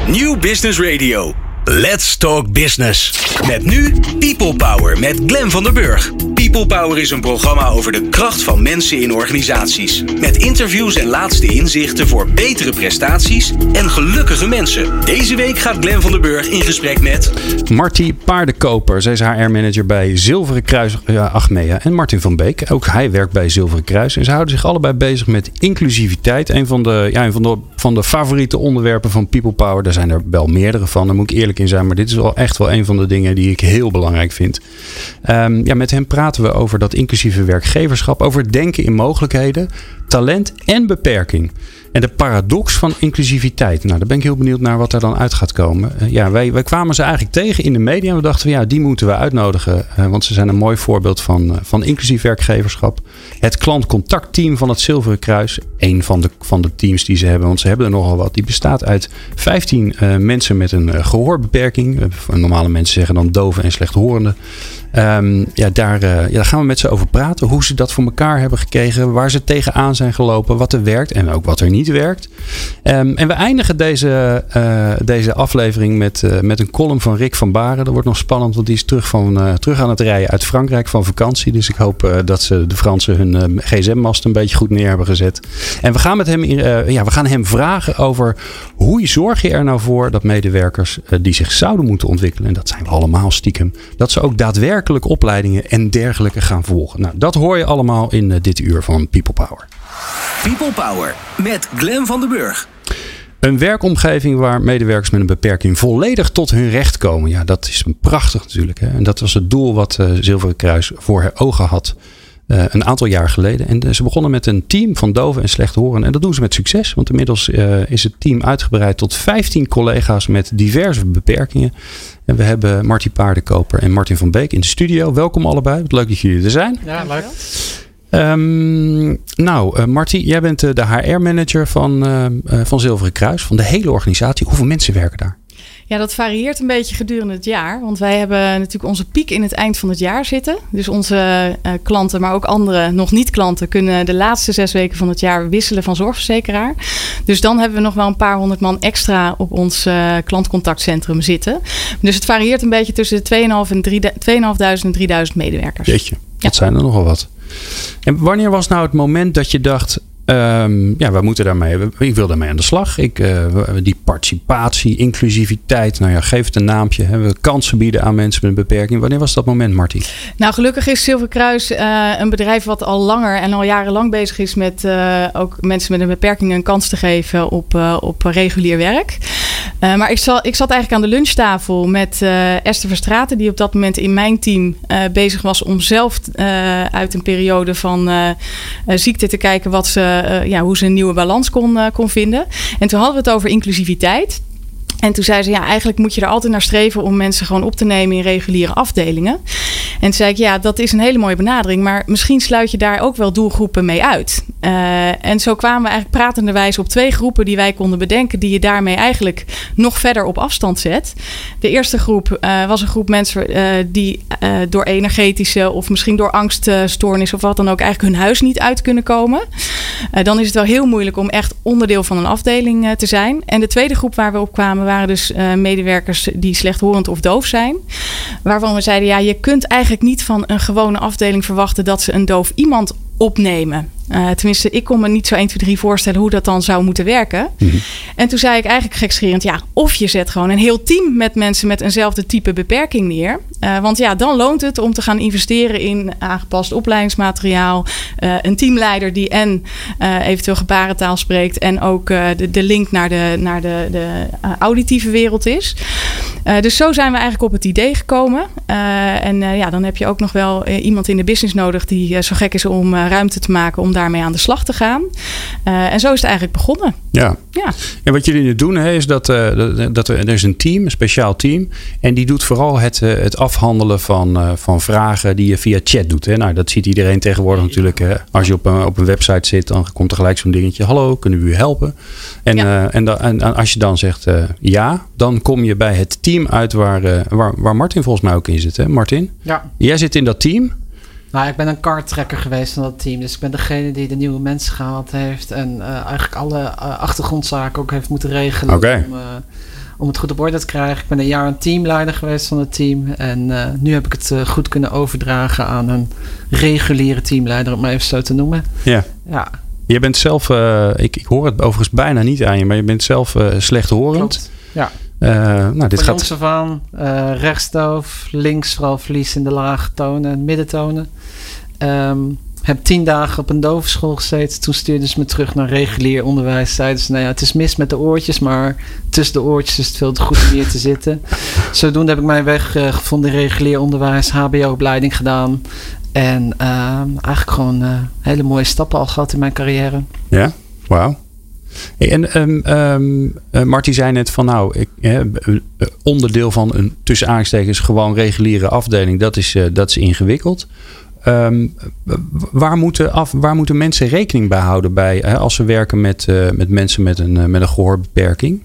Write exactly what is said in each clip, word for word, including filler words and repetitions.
New Business Radio. Let's Talk Business. Met nu People Power met Glenn van der Burg. People Power is een programma over de kracht van mensen in organisaties. Met interviews en laatste inzichten voor betere prestaties en gelukkige mensen. Deze week gaat Glenn van der Burg in gesprek met Marty Paardenkoper. Zij is H R-manager bij Zilveren Kruis ja, Achmea. En Martin van Beek. Ook hij werkt bij Zilveren Kruis. En ze houden zich allebei bezig met inclusiviteit. Een van de, ja, een van de, van de favoriete onderwerpen van People Power. Daar zijn er wel meerdere van. Daar moet ik eerlijk in zijn. Maar dit is wel echt wel een van de dingen die ik heel belangrijk vind. Um, ja, met hem praten we over dat inclusieve werkgeverschap. Over het denken in mogelijkheden, talent en beperking. En de paradox van inclusiviteit. Nou, daar ben ik heel benieuwd naar wat er dan uit gaat komen. Uh, ja, wij, wij kwamen ze eigenlijk tegen in de media. En we dachten, ja, die moeten we uitnodigen. Uh, want ze zijn een mooi voorbeeld van, uh, van inclusief werkgeverschap. Het klantcontactteam van het Zilveren Kruis. Een van de, van de teams die ze hebben. Want ze hebben er nogal wat. Die bestaat uit vijftien uh, mensen met een uh, gehoorbeperking. Uh, normale mensen zeggen dan doven en slechthorenden. Um, ja, daar, uh, ja, daar gaan we met ze over praten. Hoe ze dat voor elkaar hebben gekregen. Waar ze tegenaan zijn gelopen. Wat er werkt en ook wat er niet werkt. Um, en we eindigen deze, uh, deze aflevering met, uh, met een column van Rick van Baren. Dat wordt nog spannend, want die is terug, van, uh, terug aan het rijden uit Frankrijk van vakantie. Dus ik hoop uh, dat ze de Fransen hun uh, gsm-mast een beetje goed neer hebben gezet. En we gaan, met hem, uh, ja, we gaan hem vragen over hoe zorg je er nou voor dat medewerkers uh, die zich zouden moeten ontwikkelen, en dat zijn we allemaal stiekem, dat ze ook daadwerkelijk opleidingen en dergelijke gaan volgen. Nou, dat hoor je allemaal in uh, dit uur van People Power. People Power met Glenn van der Burg. Een werkomgeving waar medewerkers met een beperking volledig tot hun recht komen. Ja, dat is prachtig natuurlijk. Hè? En dat was het doel wat uh, Zilveren Kruis voor haar ogen had uh, een aantal jaar geleden. En uh, ze begonnen met een team van doven en slechthorenden. En dat doen ze met succes. Want inmiddels uh, is het team uitgebreid tot vijftien collega's met diverse beperkingen. En we hebben Marty Paardenkoper en Martin van Beek in de studio. Welkom allebei. Wat leuk dat jullie er zijn. Ja, leuk. Um, nou, uh, Marty, jij bent uh, de H R-manager van, uh, uh, van Zilveren Kruis, van de hele organisatie. Hoeveel mensen werken daar? Ja, dat varieert een beetje gedurende het jaar. Want wij hebben natuurlijk onze piek in het eind van het jaar zitten. Dus onze uh, klanten, maar ook andere nog niet klanten, kunnen de laatste zes weken van het jaar wisselen van zorgverzekeraar. Dus dan hebben we nog wel een paar honderd man extra op ons uh, klantcontactcentrum zitten. Dus het varieert een beetje tussen de tweeënhalfduizend en drieduizend medewerkers. Jeetje, dat ja. zijn er nogal wat. En wanneer was nou het moment dat je dacht, Um, ja, we moeten daarmee, ik wil daarmee aan de slag. Ik, uh, die participatie, inclusiviteit, nou ja, geef het een naampje. Hè. We kansen bieden aan mensen met een beperking. Wanneer was dat moment, Marty? Nou, gelukkig is Zilveren Kruis uh, een bedrijf wat al langer en al jarenlang bezig is met uh, ook mensen met een beperking een kans te geven op, uh, op regulier werk. Uh, maar ik, zal, ik zat eigenlijk aan de lunchtafel met uh, Esther Verstraeten, die op dat moment in mijn team uh, bezig was om zelf uh, uit een periode van uh, uh, ziekte te kijken wat ze Uh, ja, hoe ze een nieuwe balans kon, uh, kon vinden. En toen hadden we het over inclusiviteit. En toen zei ze, ja, eigenlijk moet je er altijd naar streven om mensen gewoon op te nemen in reguliere afdelingen. En toen zei ik, ja, dat is een hele mooie benadering, maar misschien sluit je daar ook wel doelgroepen mee uit. Uh, en zo kwamen we eigenlijk pratenderwijs op twee groepen die wij konden bedenken, die je daarmee eigenlijk nog verder op afstand zet. De eerste groep uh, was een groep mensen uh, die uh, door energetische of misschien door angststoornis of wat dan ook eigenlijk hun huis niet uit kunnen komen. Uh, dan is het wel heel moeilijk om echt onderdeel van een afdeling uh, te zijn. En de tweede groep waar we op kwamen waren dus uh, medewerkers die slechthorend of doof zijn. Waarvan we zeiden, ja, je kunt eigenlijk niet van een gewone afdeling verwachten dat ze een doof iemand opnemen. Uh, tenminste, ik kon me niet zo één, twee, drie voorstellen hoe dat dan zou moeten werken. Mm-hmm. En toen zei ik eigenlijk gekscherend, ja, of je zet gewoon een heel team met mensen met eenzelfde type beperking neer. Uh, want ja, dan loont het om te gaan investeren in aangepast opleidingsmateriaal. Uh, een teamleider die en uh, eventueel gebarentaal spreekt en ook uh, de, de link naar de, naar de, de uh, auditieve wereld is. Uh, dus zo zijn we eigenlijk op het idee gekomen. Uh, en uh, ja, dan heb je ook nog wel uh, iemand in de business nodig die uh, zo gek is om uh, ruimte te maken om daarmee aan de slag te gaan. Uh, en zo is het eigenlijk begonnen. Ja. Ja. En wat jullie nu doen, hè, is dat, uh, dat er, er is een team, een speciaal team. En die doet vooral het, uh, het afhandelen van, uh, van vragen die je via chat doet. Hè. Nou, dat ziet iedereen tegenwoordig natuurlijk. Hè. Als je op een, op een website zit, dan komt er gelijk zo'n dingetje. Hallo, kunnen we u helpen? En, ja. uh, en, da, en, en als je dan zegt uh, ja, dan kom je bij het team uit waar, uh, waar, waar Martin volgens mij ook in zit. Hè? Martin? Ja. Jij zit in dat team. Nou, ik ben een karttrekker geweest van dat team. Dus ik ben degene die de nieuwe mensen gehaald heeft. En uh, eigenlijk alle uh, achtergrondzaken ook heeft moeten regelen. Okay. Om, uh, om het goed op orde te krijgen. Ik ben een jaar een teamleider geweest van het team. En uh, nu heb ik het uh, goed kunnen overdragen aan een reguliere teamleider, om het maar even zo te noemen. Ja. Ja. Je bent zelf, uh, ik, ik hoor het overigens bijna niet aan je, maar je bent zelf uh, slechthorend. Klopt. Ja. Uh, nou, dit van gaat... jongs af aan, uh, rechtsdoof, links vooral verlies in de lage tonen en middentonen. Um, heb tien dagen op een dovenschool gezeten. Toen stuurden ze me terug naar regulier onderwijs. Zeiden ze, nou ja, het is mis met de oortjes, maar tussen de oortjes is het veel te goed om hier te zitten. Zodoende heb ik mijn weg uh, gevonden in regulier onderwijs, H B O-opleiding gedaan. En uh, eigenlijk gewoon uh, hele mooie stappen al gehad in mijn carrière. Ja, wauw. Hey, en um, um, uh, Marty zei net van nou, ik, eh, onderdeel van een tussen aanstekens gewoon reguliere afdeling, dat is, uh, dat is ingewikkeld. Um, waar, moeten af, waar moeten mensen rekening bij houden bij, hè, als ze werken met, uh, met mensen met een, uh, met een gehoorbeperking?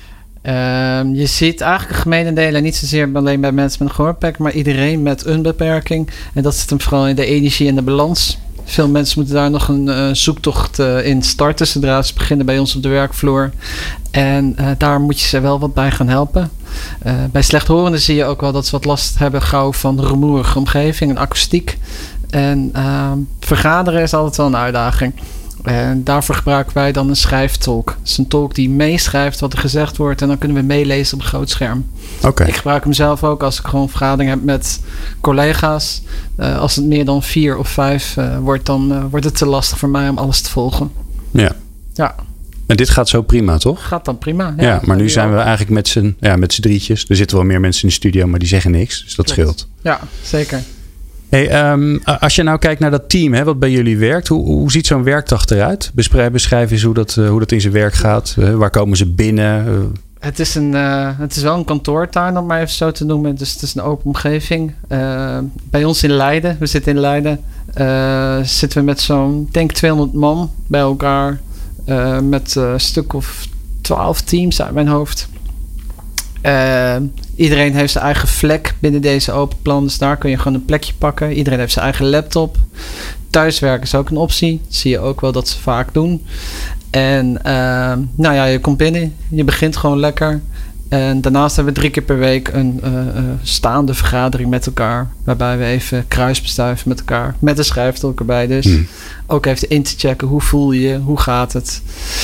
Um, je ziet eigenlijk een gemene delen niet zozeer alleen bij mensen met een gehoorbeperking, maar iedereen met een beperking. En dat zit hem vooral in de energie en de balans. Veel mensen moeten daar nog een uh, zoektocht uh, in starten zodra ze beginnen bij ons op de werkvloer. En uh, daar moet je ze wel wat bij gaan helpen. Uh, bij slechthorenden zie je ook wel dat ze wat last hebben gauw van rumoerige omgeving en akoestiek. En uh, vergaderen is altijd wel een uitdaging. En daarvoor gebruiken wij dan een schrijftolk. Dat is een tolk die meeschrijft wat er gezegd wordt. En dan kunnen we meelezen op een groot scherm. Okay. Ik gebruik hem zelf ook als ik gewoon vergadering heb met collega's. Uh, als het meer dan vier of vijf uh, wordt, dan uh, wordt het te lastig voor mij om alles te volgen. Ja. Ja. En dit gaat zo prima, toch? Gaat dan prima. Ja, ja maar nu zijn we eigenlijk met z'n, ja, met z'n drietjes. Er zitten wel meer mensen in de studio, maar die zeggen niks. Dus dat Klopt. scheelt. Ja, zeker. Hey, um, als je nou kijkt naar dat team, hè, wat bij jullie werkt, hoe, hoe ziet zo'n werkdag eruit? Beschrijf, beschrijf eens hoe dat, uh, hoe dat in zijn werk gaat. Uh, waar komen ze binnen? Uh, Het is, een, uh, het is wel een kantoortuin, om maar even zo te noemen. Dus het is een open omgeving. Uh, bij ons in Leiden, we zitten in Leiden, uh, zitten we met zo'n, denk tweehonderd man bij elkaar. Uh, met uh, een stuk of twaalf teams uit mijn hoofd. Uh, iedereen heeft zijn eigen vlek binnen deze open plan. Dus daar kun je gewoon een plekje pakken. Iedereen heeft zijn eigen laptop. Thuiswerken is ook een optie. Dat zie je ook wel dat ze vaak doen. En uh, nou ja, je komt binnen. Je begint gewoon lekker. En daarnaast hebben we drie keer per week een uh, uh, staande vergadering met elkaar. Waarbij we even kruisbestuiven met elkaar. Met een schrijftolk erbij dus. Hmm. Ook even in te checken. Hoe voel je je? Hoe gaat het?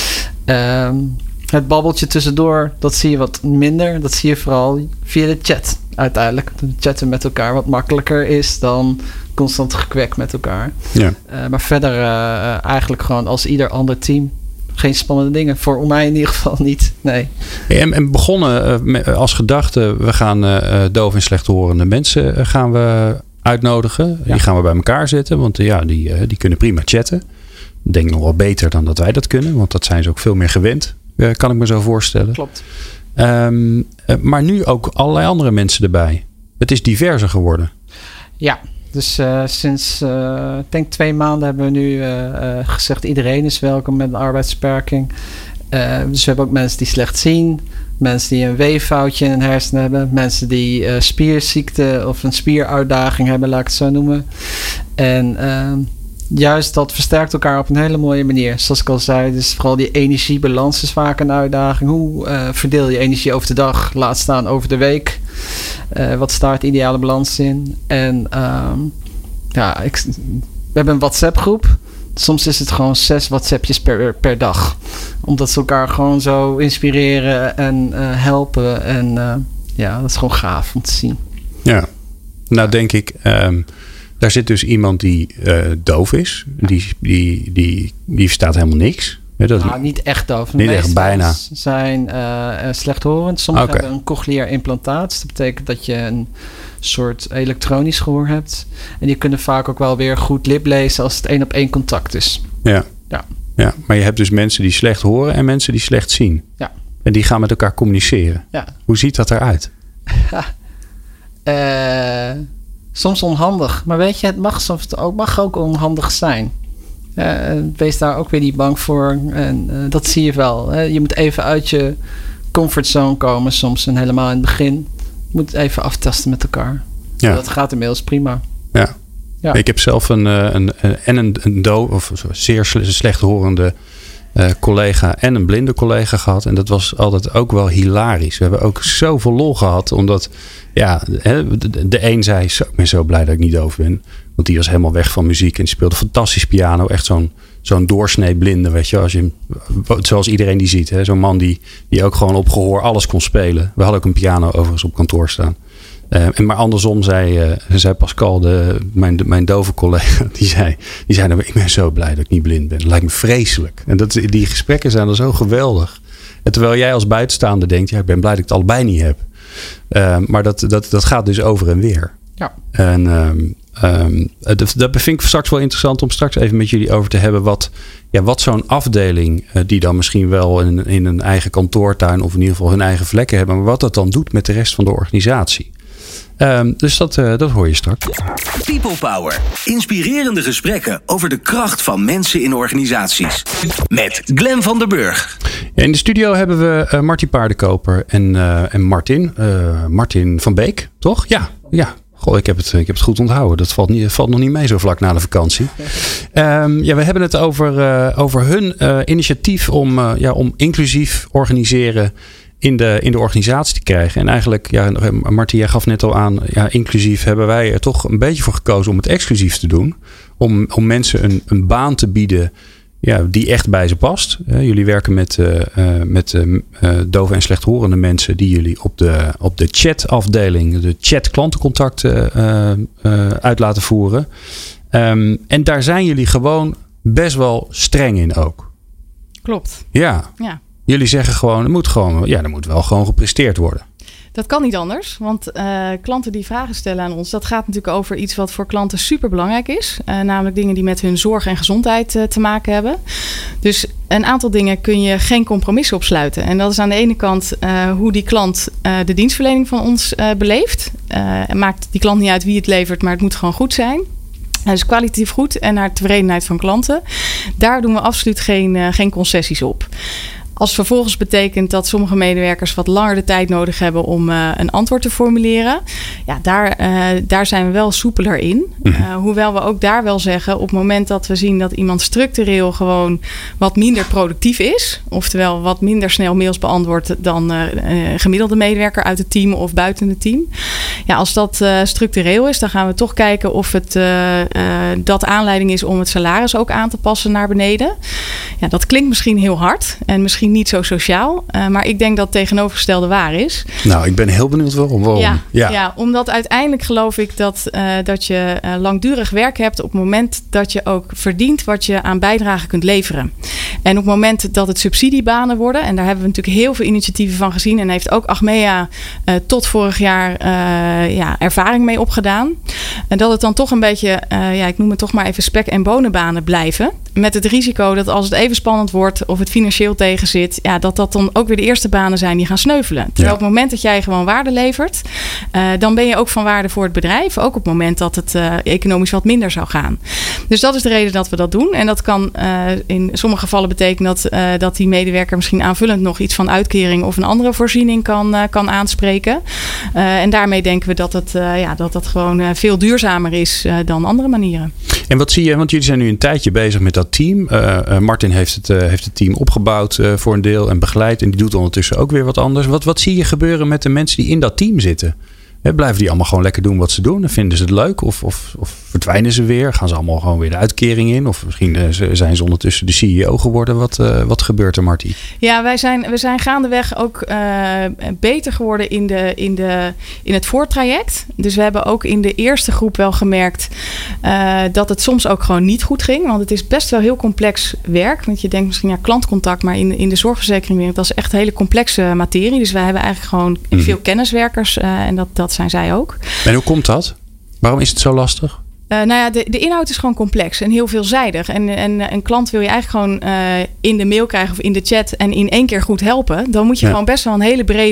Um, Het babbeltje tussendoor, dat zie je wat minder. Dat zie je vooral via de chat uiteindelijk. De chatten met elkaar wat makkelijker is dan constant gekwek met elkaar. Ja. Uh, maar verder uh, eigenlijk gewoon als ieder ander team. Geen spannende dingen. Voor mij in ieder geval niet. Nee. En, en begonnen uh, als gedachte, we gaan uh, doof en slechthorende mensen uh, gaan we uitnodigen. Ja. Die gaan we bij elkaar zetten. Want uh, ja, die, uh, die kunnen prima chatten. Ik denk nog wel beter dan dat wij dat kunnen. Want dat zijn ze ook veel meer gewend. Uh, kan ik me zo voorstellen. Klopt. Um, uh, maar nu ook allerlei andere mensen erbij. Het is diverser geworden. Ja, dus uh, sinds uh, ik denk twee maanden hebben we nu uh, uh, gezegd... iedereen is welkom met een arbeidsbeperking. Uh, dus we hebben ook mensen die slecht zien. Mensen die een weeffoutje in hun hersenen hebben. Mensen die uh, spierziekte of een spieruitdaging hebben, laat ik het zo noemen. En... Uh, juist dat versterkt elkaar op een hele mooie manier. Zoals ik al zei, dus vooral die energiebalans is vaak een uitdaging. Hoe uh, verdeel je energie over de dag? Laat staan over de week. Uh, wat staat de ideale balans in? En um, ja, ik, we hebben een WhatsApp groep. Soms is het gewoon zes WhatsAppjes per, per dag. Omdat ze elkaar gewoon zo inspireren en uh, helpen. En uh, ja, dat is gewoon gaaf om te zien. Ja, nou denk ik... Um Daar zit dus iemand die uh, doof is. Die, die, die, die verstaat helemaal niks. Ja, dat nou, niet echt doof. Niet echt, bijna. Zijn uh, slechthorend. Sommigen okay. hebben een cochleair implantaat. Dus dat betekent dat je een soort elektronisch gehoor hebt. En die kunnen vaak ook wel weer goed liplezen als het één op één contact is. Ja. Ja. ja, maar je hebt dus mensen die slecht horen en mensen die slecht zien. Ja. En die gaan met elkaar communiceren. Ja. Hoe ziet dat eruit? uh, soms onhandig. Maar weet je, het mag, soms ook, mag ook onhandig zijn. Uh, wees daar ook weer niet bang voor. En uh, dat zie je wel. Hè. Je moet even uit je comfortzone komen soms. En helemaal in het begin. Je moet even aftasten met elkaar. Ja. Dat gaat inmiddels prima. Ja. Ja. Ik heb zelf een, een, een, en een, een doof of zeer slecht horende uh, collega en een blinde collega gehad. En dat was altijd ook wel hilarisch. We hebben ook zoveel lol gehad. Omdat ja, de, de een zei, zo, ik ben zo blij dat ik niet doof ben. Want die was helemaal weg van muziek. En die speelde fantastisch piano. Echt zo'n, zo'n doorsnee blinde, weet je. Als je zoals iedereen die ziet. Hè? Zo'n man die, die ook gewoon op gehoor alles kon spelen. We hadden ook een piano overigens op kantoor staan. Uh, en maar andersom zei, uh, zei Pascal, de, mijn, de, mijn dove collega, die zei, die zei, ik ben zo blij dat ik niet blind ben. Dat lijkt me vreselijk. En dat, die gesprekken zijn dan zo geweldig. En terwijl jij als buitenstaander denkt, ja, ik ben blij dat ik het allebei niet heb. Uh, maar dat, dat, dat gaat dus over en weer. Ja. En um, um, dat, dat vind ik straks wel interessant om straks even met jullie over te hebben. Wat, ja, wat zo'n afdeling, uh, die dan misschien wel in, in een eigen kantoortuin of in ieder geval hun eigen vlekken hebben. Maar wat dat dan doet met de rest van de organisatie. Um, dus dat, uh, dat hoor je straks. People Power. Inspirerende gesprekken over de kracht van mensen in organisaties. Met Glenn van der Burg. In de studio hebben we uh, Martin Paardenkoper en, uh, en Martin. Uh, Martin van Beek, toch? Ja, ja. Goh, ik heb het, ik heb het goed onthouden. Dat valt, niet, valt nog niet mee zo vlak na de vakantie. Um, ja, we hebben het over, uh, over hun uh, initiatief om, uh, ja, om inclusief organiseren in de, in de organisatie te krijgen. En eigenlijk, ja, Martin, jij gaf net al aan, ja, inclusief hebben wij er toch een beetje voor gekozen om het exclusief te doen. Om, om mensen een, een baan te bieden, ja, die echt bij ze past. Uh, jullie werken met, uh, uh, met uh, uh, dove en slechthorende mensen die jullie op de, op de chatafdeling, de chat klantencontact uh, uh, uit laten voeren. Um, en daar zijn jullie gewoon best wel streng in ook. Klopt. Ja. Ja. Jullie zeggen gewoon, er moet gewoon, ja, er moet wel gewoon gepresteerd worden. Dat kan niet anders, want uh, klanten die vragen stellen aan ons, dat gaat natuurlijk over iets wat voor klanten super belangrijk is. Uh, namelijk dingen die met hun zorg en gezondheid uh, te maken hebben. Dus een aantal dingen kun je geen compromissen opsluiten. En dat is aan de ene kant uh, hoe die klant uh, de dienstverlening van ons uh, beleeft. Uh, maakt die klant niet uit wie het levert, maar het moet gewoon goed zijn. Dus kwalitatief goed en naar tevredenheid van klanten. Daar doen we absoluut geen, uh, geen concessies op. Als vervolgens betekent dat sommige medewerkers wat langer de tijd nodig hebben om uh, een antwoord te formuleren. Ja, daar, uh, daar zijn we wel soepeler in. Uh, hoewel we ook daar wel zeggen, op het moment dat we zien dat iemand structureel gewoon wat minder productief is. Oftewel wat minder snel mails beantwoordt dan uh, een gemiddelde medewerker uit het team of buiten het team. Ja, als dat uh, structureel is, dan gaan we toch kijken of het uh, uh, dat aanleiding is om het salaris ook aan te passen naar beneden. Ja, dat klinkt misschien heel hard en misschien niet zo sociaal. Uh, maar ik denk dat het tegenovergestelde waar is. Nou, ik ben heel benieuwd waarom. waarom? Ja, ja. ja, omdat uiteindelijk geloof ik dat, uh, dat je uh, langdurig werk hebt op het moment dat je ook verdient wat je aan bijdrage kunt leveren. En op het moment dat het subsidiebanen worden, en daar hebben we natuurlijk heel veel initiatieven van gezien en heeft ook Achmea uh, tot vorig jaar uh, ja, ervaring mee opgedaan. En dat het dan toch een beetje, uh, ja, ik noem het toch maar even spek- en bonenbanen blijven. Met het risico dat als het even spannend wordt of het financieel tegenzit, ja, dat dat dan ook weer de eerste banen zijn die gaan sneuvelen. Terwijl ja. op het moment dat jij gewoon waarde levert, uh, dan ben je ook van waarde voor het bedrijf. Ook op het moment dat het uh, economisch wat minder zou gaan. Dus dat is de reden dat we dat doen. En dat kan uh, in sommige gevallen betekenen dat, uh, dat die medewerker misschien aanvullend nog iets van uitkering of een andere voorziening kan, uh, kan aanspreken. Uh, en daarmee denken we dat het, uh, ja, dat dat gewoon uh, veel duurzamer is uh, dan andere manieren. En wat zie je, want jullie zijn nu een tijdje bezig met dat team. Uh, uh, Martin heeft het, uh, heeft het team opgebouwd uh, voor een deel en begeleid. En die doet ondertussen ook weer wat anders. Wat, wat zie je gebeuren met de mensen die in dat team zitten? He, blijven die allemaal gewoon lekker doen wat ze doen? En vinden ze het leuk? Of, of, of verdwijnen ze weer? Gaan ze allemaal gewoon weer de uitkering in? Of misschien uh, zijn ze ondertussen de C E O geworden? Wat, uh, wat gebeurt er, Marty? Ja, wij zijn, we zijn gaandeweg ook uh, beter geworden in, de, in, de, in het voortraject. Dus we hebben ook in de eerste groep wel gemerkt uh, dat het soms ook gewoon niet goed ging. Want het is best wel heel complex werk. Want je denkt misschien ja, klantcontact, maar in, in de zorgverzekering, dat is echt een hele complexe materie. Dus wij hebben eigenlijk gewoon mm. veel kenniswerkers uh, en dat, dat zijn zij ook. En hoe komt dat? Waarom is het zo lastig? Uh, nou ja, de, de inhoud is gewoon complex en heel veelzijdig. En, en een klant wil je eigenlijk gewoon uh, in de mail krijgen of in de chat en in één keer goed helpen. Dan moet je ja. gewoon best wel een hele brede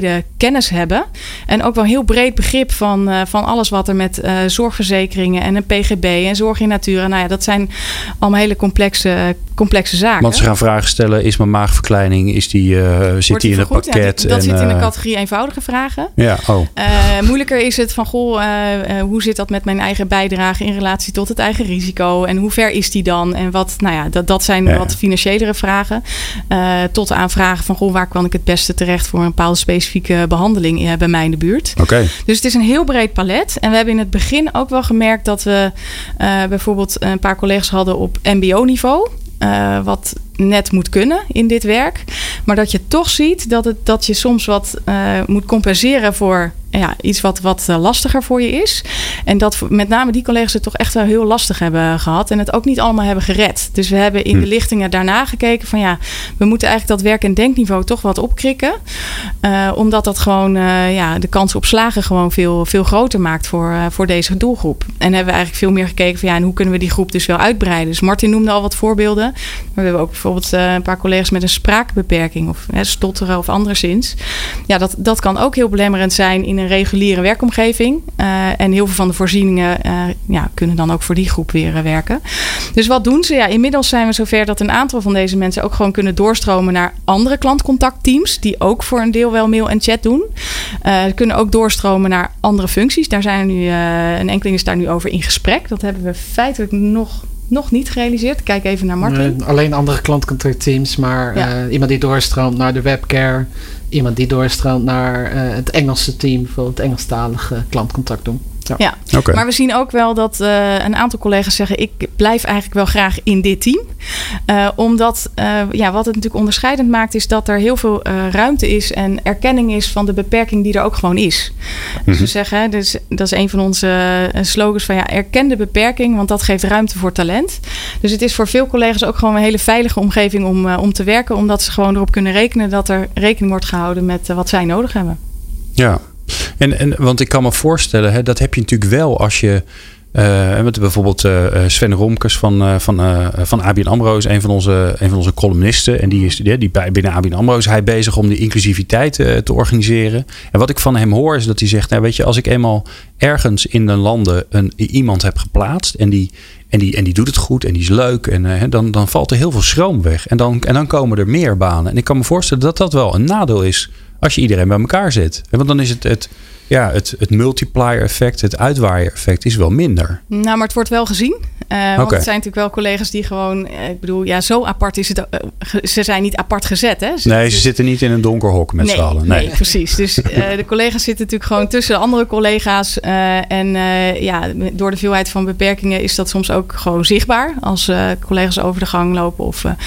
kennis hebben. En ook wel een heel breed begrip van, uh, van alles wat er met uh, zorgverzekeringen en een P G B en zorg in natura. Nou ja, dat zijn allemaal hele complexe, complexe zaken. Want ze gaan vragen stellen, is mijn maagverkleining, is die, uh, zit die in een pakket? Ja, die, dat en, zit in de uh, categorie eenvoudige vragen. Ja, oh. Uh, moeilijker is het van, goh, uh, uh, hoe zit dat met mijn eigen bijdrage in relatie tot het eigen risico? En hoe ver is die dan? En wat, nou ja, dat, dat zijn ja. wat financiëlere vragen. Uh, tot aan vragen van, goh, waar kan ik het beste terecht voor een bepaalde specifieke behandeling uh, bij mij in de buurt? Okay. Dus het is een heel breed palet. En we hebben in het begin ook wel gemerkt dat we uh, bijvoorbeeld een paar collega's hadden op M B O-niveau. Uh, wat net moet kunnen in dit werk. Maar dat je toch ziet dat, het, dat je soms wat uh, moet compenseren voor ja, iets wat, wat lastiger voor je is. En dat met name die collega's het toch echt wel heel lastig hebben gehad. En het ook niet allemaal hebben gered. Dus we hebben in de lichtingen daarna gekeken van ja, we moeten eigenlijk dat werk- en denkniveau toch wat opkrikken. Uh, omdat dat gewoon uh, ja, de kans op slagen gewoon veel, veel groter maakt voor, uh, voor deze doelgroep. En hebben we eigenlijk veel meer gekeken van ja, en hoe kunnen we die groep dus wel uitbreiden. Dus Martin noemde al wat voorbeelden. Maar we hebben ook bijvoorbeeld uh, een paar collega's met een spraakbeperking of hè, stotteren of anderszins. Ja, dat, dat kan ook heel belemmerend zijn in een reguliere werkomgeving. Uh, en heel veel van de voorzieningen uh, ja, kunnen dan ook voor die groep weer uh, werken. Dus wat doen ze? Ja, inmiddels zijn we zover dat een aantal van deze mensen ook gewoon kunnen doorstromen naar andere klantcontactteams, die ook voor een deel wel mail en chat doen. Uh, ze kunnen ook doorstromen naar andere functies. Daar zijn nu, uh, een enkeling is daar nu over in gesprek. Dat hebben we feitelijk nog nog niet gerealiseerd. Kijk even naar Martin. Uh, alleen andere klantcontactteams, maar ja. uh, iemand die doorstroomt naar de webcare, iemand die doorstroomt naar uh, het Engelse team, bijvoorbeeld het Engelstalige klantcontact doen. Ja, ja. Okay. Maar we zien ook wel dat uh, een aantal collega's zeggen, ik blijf eigenlijk wel graag in dit team. Uh, omdat, uh, ja, wat het natuurlijk onderscheidend maakt, is dat er heel veel uh, ruimte is en erkenning is van de beperking die er ook gewoon is. Mm-hmm. Dus we zeggen, dus, dat is een van onze uh, slogans van ja, erken de beperking, want dat geeft ruimte voor talent. Dus het is voor veel collega's ook gewoon een hele veilige omgeving om, uh, om te werken, omdat ze gewoon erop kunnen rekenen dat er rekening wordt gehouden met uh, wat zij nodig hebben. Ja. En, en, want ik kan me voorstellen, hè, dat heb je natuurlijk wel als je... Uh, met bijvoorbeeld uh, Sven Romkes van, uh, van, uh, van A B N AMRO is een van onze, een van onze columnisten. En die is die, die bij, binnen A B N AMRO is hij bezig om die inclusiviteit uh, te organiseren. En wat ik van hem hoor is dat hij zegt, nou weet je, als ik eenmaal ergens in de landen een, iemand heb geplaatst en die... En die, en die doet het goed en die is leuk. En uh, dan, dan valt er heel veel schroom weg. En dan, en dan komen er meer banen. En ik kan me voorstellen dat dat wel een nadeel is als je iedereen bij elkaar zet. Want dan is het, het, ja, het, het multiplier effect, het uitwaaier effect is wel minder. Nou, maar het wordt wel gezien. Uh, okay. Want het zijn natuurlijk wel collega's die gewoon... Uh, ik bedoel, ja, zo apart is het... Uh, ge, ze zijn niet apart gezet, hè? Ze, nee, ze dus, zitten niet in een donker hok met nee, z'n allen. Nee. nee, precies. Dus uh, de collega's zitten natuurlijk gewoon tussen andere collega's. Uh, en uh, ja, door de veelheid van beperkingen is dat soms ook gewoon zichtbaar. Als uh, collega's over de gang lopen. Of, uh,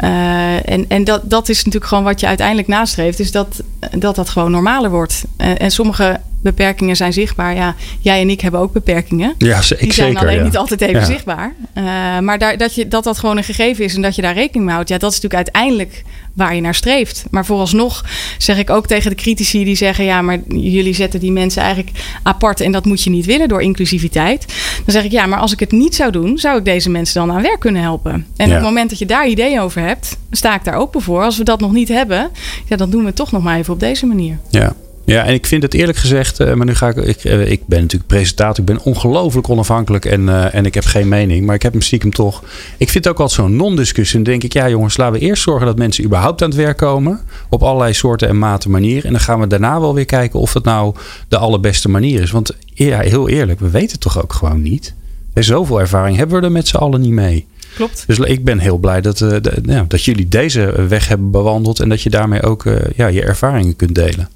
uh, en en dat, dat is natuurlijk gewoon wat je uiteindelijk nastreeft. Is dat dat, dat gewoon normaler wordt. Uh, en sommige... beperkingen zijn zichtbaar. Ja, jij en ik hebben ook beperkingen. Ja, zeker. Die zijn alleen ja. niet altijd even ja. zichtbaar. Uh, maar daar, dat, je, dat dat gewoon een gegeven is en dat je daar rekening mee houdt. Ja, dat is natuurlijk uiteindelijk waar je naar streeft. Maar vooralsnog zeg ik ook tegen de critici die zeggen... ja, maar jullie zetten die mensen eigenlijk apart... en dat moet je niet willen door inclusiviteit. Dan zeg ik, ja, maar als ik het niet zou doen... zou ik deze mensen dan aan werk kunnen helpen. En ja. op het moment dat je daar ideeën over hebt... sta ik daar open voor. Als we dat nog niet hebben... ja, dan doen we het toch nog maar even op deze manier. Ja. Ja, en ik vind het eerlijk gezegd, uh, maar nu ga ik, ik, uh, ik ben natuurlijk presentator, ik ben ongelooflijk onafhankelijk en, uh, en ik heb geen mening, maar ik heb hem stiekem toch. Ik vind het ook altijd zo'n non-discussie. En dan denk ik, ja jongens, laten we eerst zorgen dat mensen überhaupt aan het werk komen, op allerlei soorten en maten manieren. En dan gaan we daarna wel weer kijken of dat nou de allerbeste manier is. Want ja, heel eerlijk, we weten het toch ook gewoon niet. En zoveel ervaring hebben we er met z'n allen niet mee. Klopt. Dus ik ben heel blij dat, uh, de, ja, dat jullie deze weg hebben bewandeld en dat je daarmee ook uh, ja, je ervaringen kunt delen.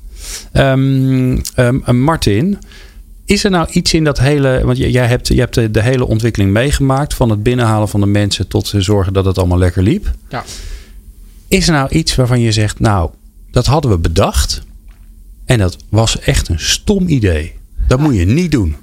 Um, um, Martin, is er nou iets in dat hele... Want jij hebt, jij hebt de, de hele ontwikkeling meegemaakt... van het binnenhalen van de mensen... tot zorgen dat het allemaal lekker liep. Ja. Is er nou iets waarvan je zegt... nou, dat hadden we bedacht... en dat was echt een stom idee. Dat ja. moet je niet doen.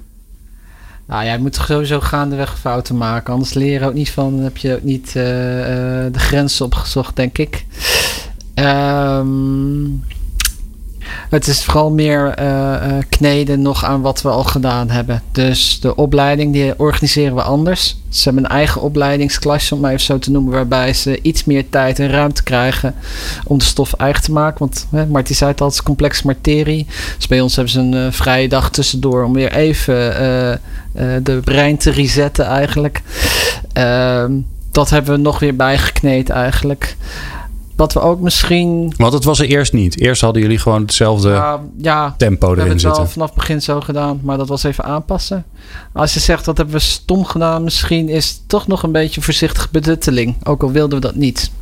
Nou ja, je moet sowieso gaandeweg fouten maken. Anders leer je ook niet van... dan heb je ook niet uh, uh, de grenzen opgezocht, denk ik. Ehm... Um, Het is vooral meer uh, uh, kneden nog aan wat we al gedaan hebben. Dus de opleiding die organiseren we anders. Ze hebben een eigen opleidingsklasje, om maar even zo te noemen, waarbij ze iets meer tijd en ruimte krijgen om de stof eigen te maken. Want hè, Marty zei het al, het is complexe materie. Dus bij ons hebben ze een uh, vrije dag tussendoor om weer even uh, uh, de brein te resetten eigenlijk. Uh, dat hebben we nog weer bijgekneed eigenlijk. Wat we ook misschien... Want het was er eerst niet. Eerst hadden jullie gewoon hetzelfde uh, ja, tempo erin zitten. We hebben het wel vanaf het begin zo gedaan. Maar dat was even aanpassen. Als je zegt, dat hebben we stom gedaan. Misschien is het toch nog een beetje voorzichtige bedutteling. Ook al wilden we dat niet.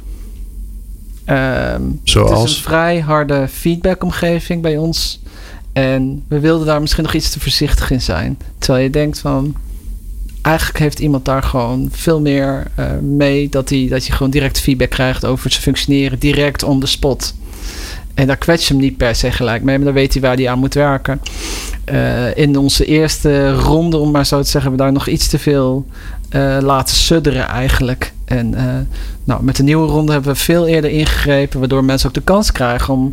Uh, Zoals? Het is een vrij harde feedbackomgeving bij ons. En we wilden daar misschien nog iets te voorzichtig in zijn. Terwijl je denkt van... Eigenlijk heeft iemand daar gewoon veel meer uh, mee... Dat, die, dat je gewoon direct feedback krijgt over zijn functioneren. Direct on the spot. En daar kwets je hem niet per se gelijk mee. Maar dan weet hij waar hij aan moet werken. Uh, in onze eerste ronde, om maar zo te zeggen... hebben we daar nog iets te veel uh, laten sudderen eigenlijk. En uh, nou, met de nieuwe ronde hebben we veel eerder ingegrepen... waardoor mensen ook de kans krijgen om...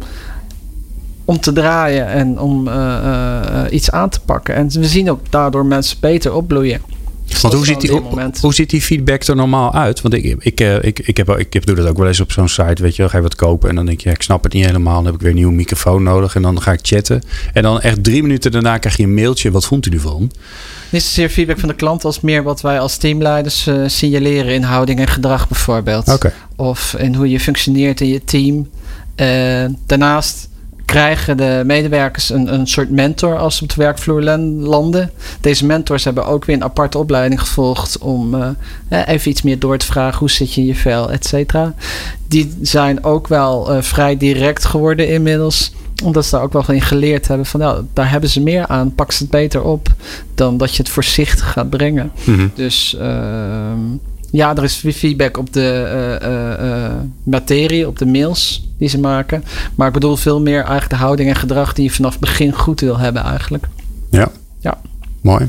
om te draaien en om uh, uh, iets aan te pakken. En we zien ook daardoor mensen beter opbloeien. Dus Want hoe ziet, die, hoe, hoe ziet die feedback er normaal uit? Want ik, ik, ik, ik, heb, ik heb, doe dat ook wel eens op zo'n site. Weet je, dan ga je wat kopen en dan denk je... ik snap het niet helemaal. Dan heb ik weer een nieuwe microfoon nodig. En dan ga ik chatten. En dan echt drie minuten daarna krijg je een mailtje. Wat vond u ervan? Niet zozeer feedback van de klant... als meer wat wij als teamleiders uh, signaleren... in houding en gedrag bijvoorbeeld. Okay. Of in hoe je functioneert in je team. Uh, daarnaast... krijgen de medewerkers een, een soort mentor als ze op de werkvloer landen. Deze mentors hebben ook weer een aparte opleiding gevolgd om uh, even iets meer door te vragen. Hoe zit je in je vel, et cetera. Die zijn ook wel uh, vrij direct geworden inmiddels. Omdat ze daar ook wel in geleerd hebben van nou, daar hebben ze meer aan. Pak ze het beter op dan dat je het voorzichtig gaat brengen. Mm-hmm. Dus... Uh, Ja, er is feedback op de uh, uh, uh, materie, op de mails die ze maken. Maar ik bedoel veel meer eigenlijk de houding en gedrag die je vanaf het begin goed wil hebben eigenlijk. Ja, ja. Mooi.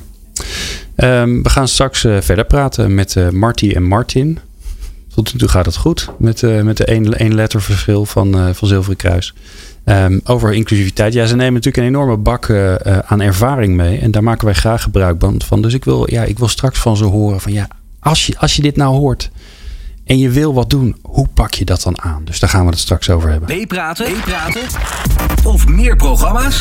Um, we gaan straks uh, verder praten met uh, Marty en Martin. Tot nu toe gaat het goed met, uh, met de één, één letter verschil van, uh, van Zilveren Kruis. Um, over inclusiviteit. Ja, ze nemen natuurlijk een enorme bak uh, uh, aan ervaring mee. En daar maken wij graag gebruik van. Dus ik wil, ja, ik wil straks van ze horen van ja... Als je, als je dit nou hoort en je wil wat doen, hoe pak je dat dan aan? Dus daar gaan we het straks over hebben. Meepraten, meepraten of meer programma's?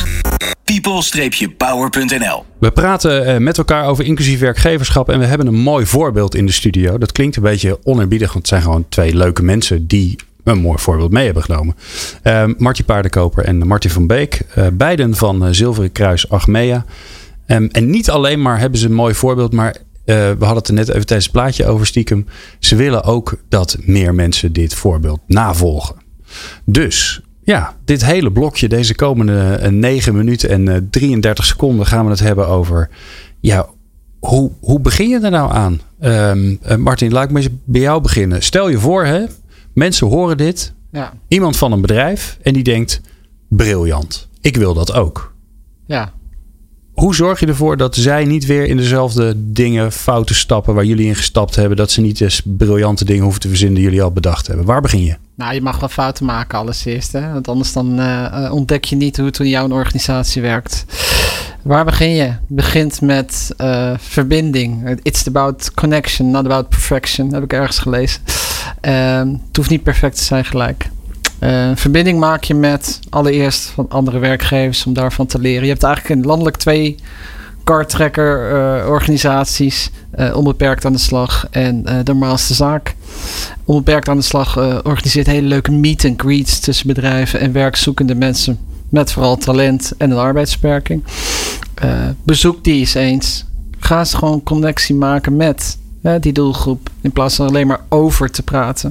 people power punt n l We praten met elkaar over inclusief werkgeverschap en we hebben een mooi voorbeeld in de studio. Dat klinkt een beetje oneerbiedig, want het zijn gewoon twee leuke mensen die een mooi voorbeeld mee hebben genomen. Uh, Marty Paardenkoper en Martin van Beek, uh, beiden van uh, Zilveren Kruis Achmea. Um, en niet alleen maar hebben ze een mooi voorbeeld, maar Uh, we hadden het er net even tijdens het plaatje over stiekem. Ze willen ook dat meer mensen dit voorbeeld navolgen. Dus ja, dit hele blokje, deze komende uh, negen minuten en uh, drieëndertig seconden gaan we het hebben over... Ja, hoe, hoe begin je er nou aan? Um, uh, Martin, laat ik maar eens bij jou beginnen. Stel je voor, hè, mensen horen dit. Ja. Iemand van een bedrijf en die denkt, briljant. Ik wil dat ook. Ja. Hoe zorg je ervoor dat zij niet weer in dezelfde dingen, fouten stappen waar jullie in gestapt hebben? Dat ze niet eens briljante dingen hoeven te verzinnen die jullie al bedacht hebben. Waar begin je? Nou, je mag wel fouten maken allereerst. Hè? Want anders dan uh, ontdek je niet hoe het in jouw organisatie werkt. Waar begin je? Het begint met uh, verbinding. It's about connection, not about perfection. Dat heb ik ergens gelezen. Uh, het hoeft niet perfect te zijn gelijk. Uh, verbinding maak je met allereerst van andere werkgevers om daarvan te leren. Je hebt eigenlijk in landelijk twee kartrekker uh, organisaties. Uh, onbeperkt aan de slag en uh, de Normaalste Zaak. Onbeperkt aan de slag uh, organiseert hele leuke meet and greets tussen bedrijven en werkzoekende mensen met vooral talent en een arbeidsbeperking. Uh, bezoek die eens eens. Ga eens gewoon connectie maken met uh, die doelgroep in plaats van alleen maar over te praten.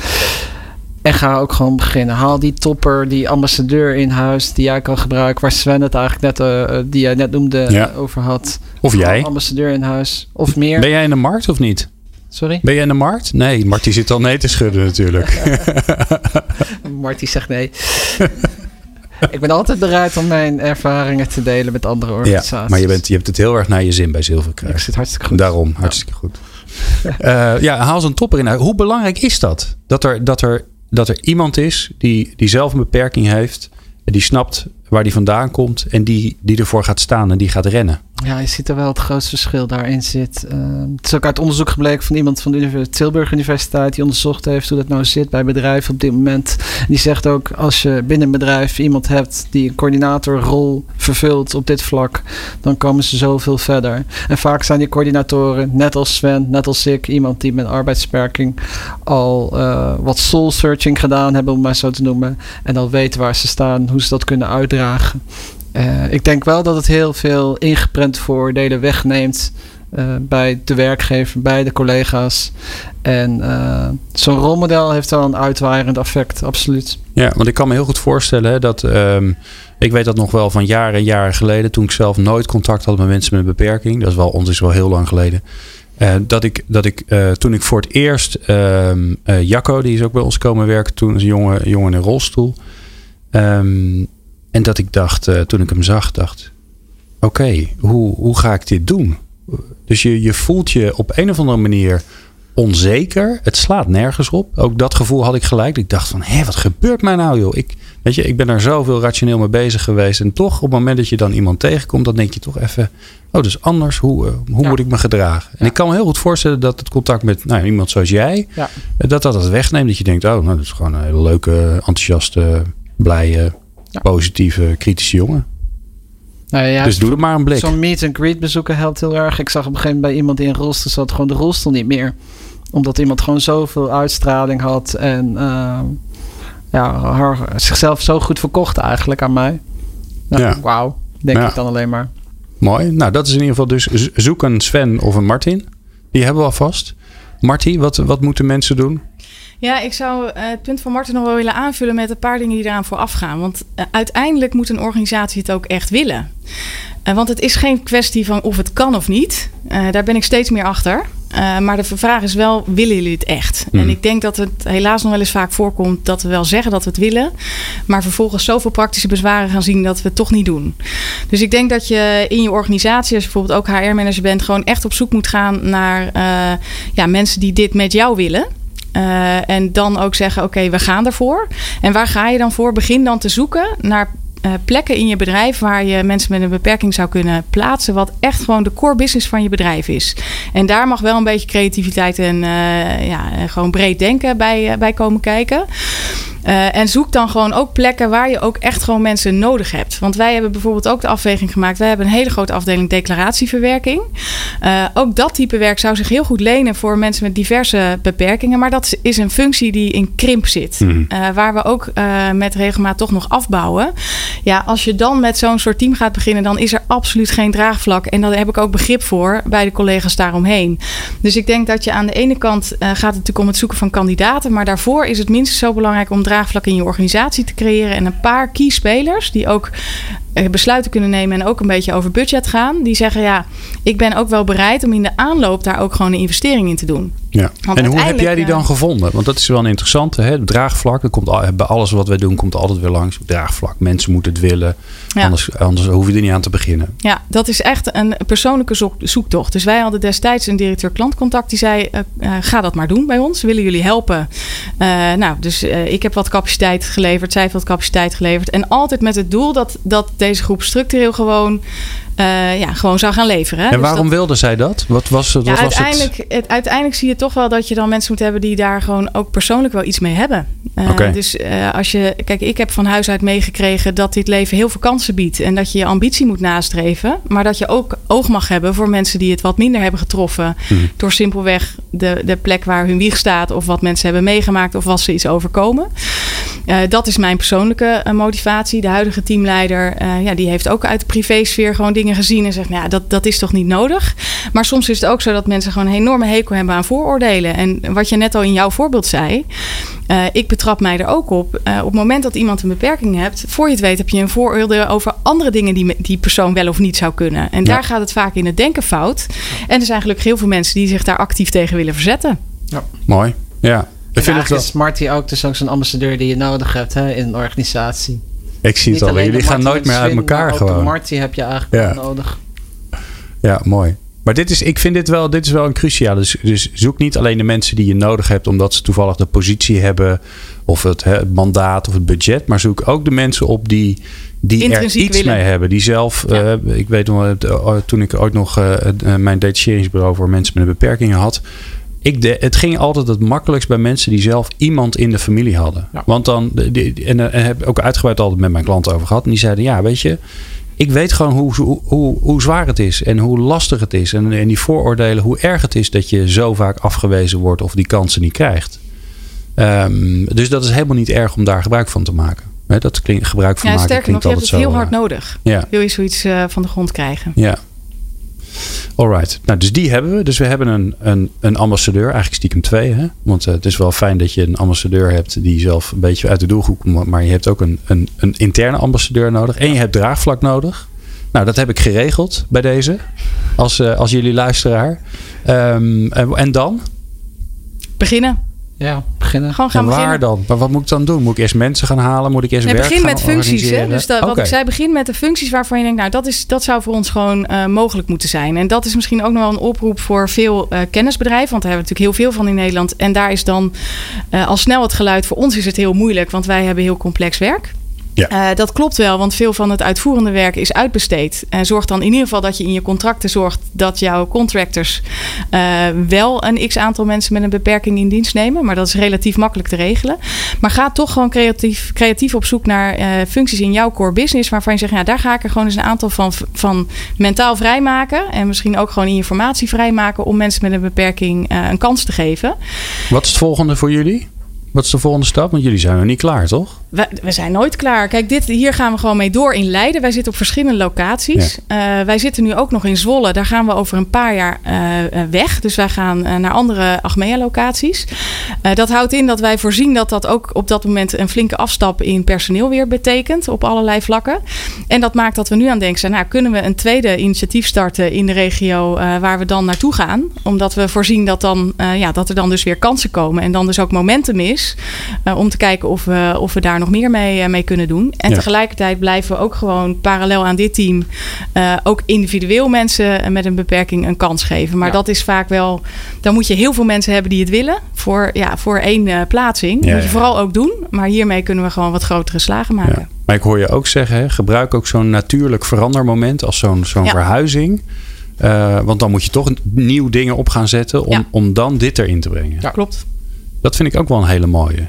En ga ook gewoon beginnen. Haal die topper, die ambassadeur in huis die jij kan gebruiken. Waar Sven het eigenlijk net, uh, die jij net noemde, ja. uh, over had. Of jij. Ambassadeur in huis. Of meer. Ben jij in de markt of niet? Sorry? Ben jij in de markt? Nee, Marty zit al nee te schudden natuurlijk. Marty zegt nee. Ik ben altijd bereid om mijn ervaringen te delen met andere organisaties. Ja, maar je, bent, je hebt het heel erg naar je zin bij Zilveren Kruis. Ik zit hartstikke goed. Daarom, hartstikke ja. goed. Uh, ja, haal zo'n topper in huis. Hoe belangrijk is dat? Dat er, dat er, dat er iemand is die, die zelf een beperking heeft Die snapt waar die vandaan komt en die, die ervoor gaat staan en die gaat rennen. Ja, je ziet er wel het grootste verschil daarin zit. Uh, het is ook uit onderzoek gebleken van iemand van de Tilburg Universiteit die onderzocht heeft hoe dat nou zit bij bedrijven op dit moment. En die zegt ook, als je binnen een bedrijf iemand hebt die een coördinatorrol vervult op dit vlak, dan komen ze zoveel verder. En vaak zijn die coördinatoren, net als Sven, net als ik, iemand die met arbeidsbeperking al uh, wat soul searching gedaan hebben, om maar zo te noemen. En al weten waar ze staan, hoe ze dat kunnen uitdragen. Uh, ik denk wel dat het heel veel ingeprent vooroordelen wegneemt uh, bij de werkgever, bij de collega's. En uh, zo'n rolmodel heeft wel een uitwaaiend effect, absoluut. Ja, want ik kan me heel goed voorstellen hè, dat... Um, ik weet dat nog wel van jaren en jaren geleden, toen ik zelf nooit contact had met mensen met een beperking. Dat is wel, ons is wel heel lang geleden. Uh, dat ik, dat ik uh, toen ik voor het eerst... Uh, uh, Jacco, die is ook bij ons komen werken toen, een jongen, jongen in een rolstoel. Um, En dat ik dacht, uh, toen ik hem zag, dacht... Oké, okay, hoe, hoe ga ik dit doen? Dus je, je voelt je op een of andere manier onzeker. Het slaat nergens op. Ook dat gevoel had ik gelijk. Ik dacht van, hé, wat gebeurt mij nou joh? Ik, weet je, ik ben daar zoveel rationeel mee bezig geweest. En toch, op het moment dat je dan iemand tegenkomt... dan denk je toch even, oh, dus anders. Hoe, uh, hoe ja. moet ik me gedragen? En ja. ik kan me heel goed voorstellen dat het contact met nou, iemand zoals jij... Ja. dat dat het wegneemt. Dat je denkt, oh, nou, dat is gewoon een hele leuke, enthousiaste, blije... Ja. positieve, kritische jongen. Nou ja, dus doe er maar een blik. Zo'n meet and greet bezoeken helpt heel erg. Ik zag op een gegeven moment bij iemand die in een rolstoel zat... gewoon de rolstoel niet meer. Omdat iemand gewoon zoveel uitstraling had... en uh, ja, haar, zichzelf zo goed verkocht eigenlijk aan mij. Nou, ja. Wauw, denk ja. ik dan alleen maar. Mooi. Nou, dat is in ieder geval dus... zoek een Sven of een Martin. Die hebben we alvast. Martie, wat, wat moeten mensen doen? Ja, ik zou uh, het punt van Martin nog wel willen aanvullen met een paar dingen die eraan vooraf gaan. Want uh, uiteindelijk moet een organisatie het ook echt willen. Uh, want het is geen kwestie van of het kan of niet. Uh, daar ben ik steeds meer achter. Uh, maar de vraag is wel, willen jullie het echt? Mm. En ik denk dat het helaas nog wel eens vaak voorkomt dat we wel zeggen dat we het willen. Maar vervolgens zoveel praktische bezwaren gaan zien dat we het toch niet doen. Dus ik denk dat je in je organisatie, als je bijvoorbeeld ook H R-manager bent, gewoon echt op zoek moet gaan naar uh, ja, mensen die dit met jou willen. Uh, en dan ook zeggen, oké, okay, we gaan ervoor. En waar ga je dan voor? Begin dan te zoeken naar uh, plekken in je bedrijf waar je mensen met een beperking zou kunnen plaatsen, wat echt gewoon de core business van je bedrijf is. En daar mag wel een beetje creativiteit en uh, ja, gewoon breed denken bij, uh, bij komen kijken. Uh, en zoek dan gewoon ook plekken waar je ook echt gewoon mensen nodig hebt. Want wij hebben bijvoorbeeld ook de afweging gemaakt. Wij hebben een hele grote afdeling declaratieverwerking. Uh, ook dat type werk zou zich heel goed lenen voor mensen met diverse beperkingen. Maar dat is een functie die in krimp zit. Mm. Uh, waar we ook uh, met regelmaat toch nog afbouwen. Ja, als je dan met zo'n soort team gaat beginnen, dan is er absoluut geen draagvlak. En daar heb ik ook begrip voor bij de collega's daaromheen. Dus ik denk dat je aan de ene kant uh, gaat het natuurlijk om het zoeken van kandidaten. Maar daarvoor is het minstens zo belangrijk om draagvlak in je organisatie te creëren. En een paar key spelers die ook besluiten kunnen nemen en ook een beetje over budget gaan. Die zeggen, ja, ik ben ook wel bereid om in de aanloop daar ook gewoon een investering in te doen. Ja. En hoe heb jij die dan gevonden? Want dat is wel een interessante. Hè? Draagvlak, dat komt, bij alles wat wij doen komt altijd weer langs. Draagvlak, mensen moeten het willen. Ja. Anders, anders hoef je er niet aan te beginnen. Ja, dat is echt een persoonlijke zoek, zoektocht. Dus wij hadden destijds een directeur klantcontact die zei, uh, uh, ga dat maar doen bij ons. Willen jullie helpen? Uh, nou, dus uh, ik heb wat capaciteit geleverd. Zij heeft wat capaciteit geleverd. En altijd met het doel dat, dat deze groep structureel gewoon Uh, ja, gewoon zou gaan leveren. Hè? En waarom dus dat, wilde zij dat? Wat was, wat ja, was uiteindelijk, het? het? Uiteindelijk zie je toch wel dat je dan mensen moet hebben die daar gewoon ook persoonlijk wel iets mee hebben. Uh, okay. Dus uh, als je, kijk, ik heb van huis uit meegekregen dat dit leven heel veel kansen biedt en dat je je ambitie moet nastreven, maar dat je ook oog mag hebben voor mensen die het wat minder hebben getroffen hmm. door simpelweg de, de plek waar hun wieg staat of wat mensen hebben meegemaakt of was ze iets overkomen. Uh, dat is mijn persoonlijke uh, motivatie. De huidige teamleider, uh, ja, die heeft ook uit de privésfeer gewoon dingen gezien en zegt, nou ja, dat, dat is toch niet nodig. Maar soms is het ook zo dat mensen gewoon een enorme hekel hebben aan vooroordelen. En wat je net al in jouw voorbeeld zei, uh, ik betrap mij er ook op. Uh, op het moment dat iemand een beperking hebt, voor je het weet heb je een vooroordeel over andere dingen die die persoon wel of niet zou kunnen. En ja. daar gaat het vaak in het denken fout. En er zijn gelukkig heel veel mensen die zich daar actief tegen willen verzetten. Ja. Mooi. Ja. Ik vind het is Marty ook dus ook zo'n ambassadeur die je nodig hebt, hè, in een organisatie. Ik zie het al. Jullie gaan nooit meer uit elkaar gewoon. Marty heb je eigenlijk ja. nodig. Ja, mooi. Maar dit is, ik vind dit wel, dit is wel een cruciaal. Dus, dus zoek niet alleen de mensen die je nodig hebt omdat ze toevallig de positie hebben of het, het mandaat of het budget. Maar zoek ook de mensen op die, die er iets willen. mee hebben. Die zelf, ja. uh, ik weet nog, uh, toen ik ooit nog uh, uh, mijn detacheringsbureau voor mensen met een beperking had. Ik de, het ging altijd het makkelijkst bij mensen die zelf iemand in de familie hadden. Ja. Want dan, die, en, en heb ik ook uitgebreid altijd met mijn klanten over gehad. En die zeiden, ja, weet je, ik weet gewoon hoe, hoe, hoe, hoe zwaar het is en hoe lastig het is. En, en die vooroordelen, hoe erg het is dat je zo vaak afgewezen wordt of die kansen niet krijgt. Um, dus dat is helemaal niet erg om daar gebruik van te maken. He, dat klinkt, gebruik van ja, maken sterker nog, je hebt het zo, heel hard nodig. Ja. Wil je zoiets uh, van de grond krijgen. Ja. Alright. Nou, dus die hebben we. Dus we hebben een, een, een ambassadeur. Eigenlijk stiekem twee. Hè? Want uh, het is wel fijn dat je een ambassadeur hebt die zelf een beetje uit de doelgroep komt. Maar je hebt ook een, een, een interne ambassadeur nodig. En je hebt draagvlak nodig. Nou, dat heb ik geregeld bij deze. Als, uh, als jullie luisteraar. Um, en, en dan? Beginnen. Ja, beginnen. Gewoon gaan en waar beginnen. dan? Maar wat moet ik dan doen? Moet ik eerst mensen gaan halen? Moet ik eerst nee, werk begin gaan met functies. Hè? Dus dat, wat okay. ik zei, begin met de functies waarvan je denkt, nou, dat, is, dat zou voor ons gewoon uh, mogelijk moeten zijn. En dat is misschien ook nog wel een oproep voor veel uh, kennisbedrijven. Want daar hebben we natuurlijk heel veel van in Nederland. En daar is dan uh, al snel het geluid. Voor ons is het heel moeilijk, want wij hebben heel complex werk. Ja. Uh, dat klopt wel, want veel van het uitvoerende werk is uitbesteed. En zorg dan in ieder geval dat je in je contracten zorgt dat jouw contractors uh, wel een x-aantal mensen met een beperking in dienst nemen. Maar dat is relatief makkelijk te regelen. Maar ga toch gewoon creatief, creatief op zoek naar uh, functies in jouw core business waarvan je zegt, ja, daar ga ik er gewoon eens een aantal van, van mentaal vrijmaken. En misschien ook gewoon in je formatie vrijmaken om mensen met een beperking uh, een kans te geven. Wat is het volgende voor jullie? Wat is de volgende stap? Want jullie zijn nog niet klaar, toch? We, we zijn nooit klaar. Kijk, dit, hier gaan we gewoon mee door in Leiden. Wij zitten op verschillende locaties. Ja. Uh, wij zitten nu ook nog in Zwolle. Daar gaan we over een paar jaar uh, weg. Dus wij gaan uh, naar andere Achmea-locaties. Uh, dat houdt in dat wij voorzien dat dat ook op dat moment een flinke afstap in personeel weer betekent. Op allerlei vlakken. En dat maakt dat we nu aan denken zijn, nou, kunnen we een tweede initiatief starten in de regio uh, waar we dan naartoe gaan. Omdat we voorzien dat, dan, uh, ja, dat er dan dus weer kansen komen. En dan dus ook momentum is uh, om te kijken of we, of we daar nog meer mee, uh, mee kunnen doen. En ja. tegelijkertijd blijven we ook gewoon parallel aan dit team uh, ook individueel mensen met een beperking een kans geven. Maar ja. dat is vaak wel, dan moet je heel veel mensen hebben die het willen voor, ja, voor één uh, plaatsing. Dat ja, moet je ja. vooral ook doen. Maar hiermee kunnen we gewoon wat grotere slagen maken. Ja. Maar ik hoor je ook zeggen, hè, gebruik ook zo'n natuurlijk verandermoment als zo'n, zo'n ja. verhuizing. Uh, want dan moet je toch nieuw dingen op gaan zetten om, ja. om dan dit erin te brengen. Ja, klopt. Dat vind ik ook wel een hele mooie.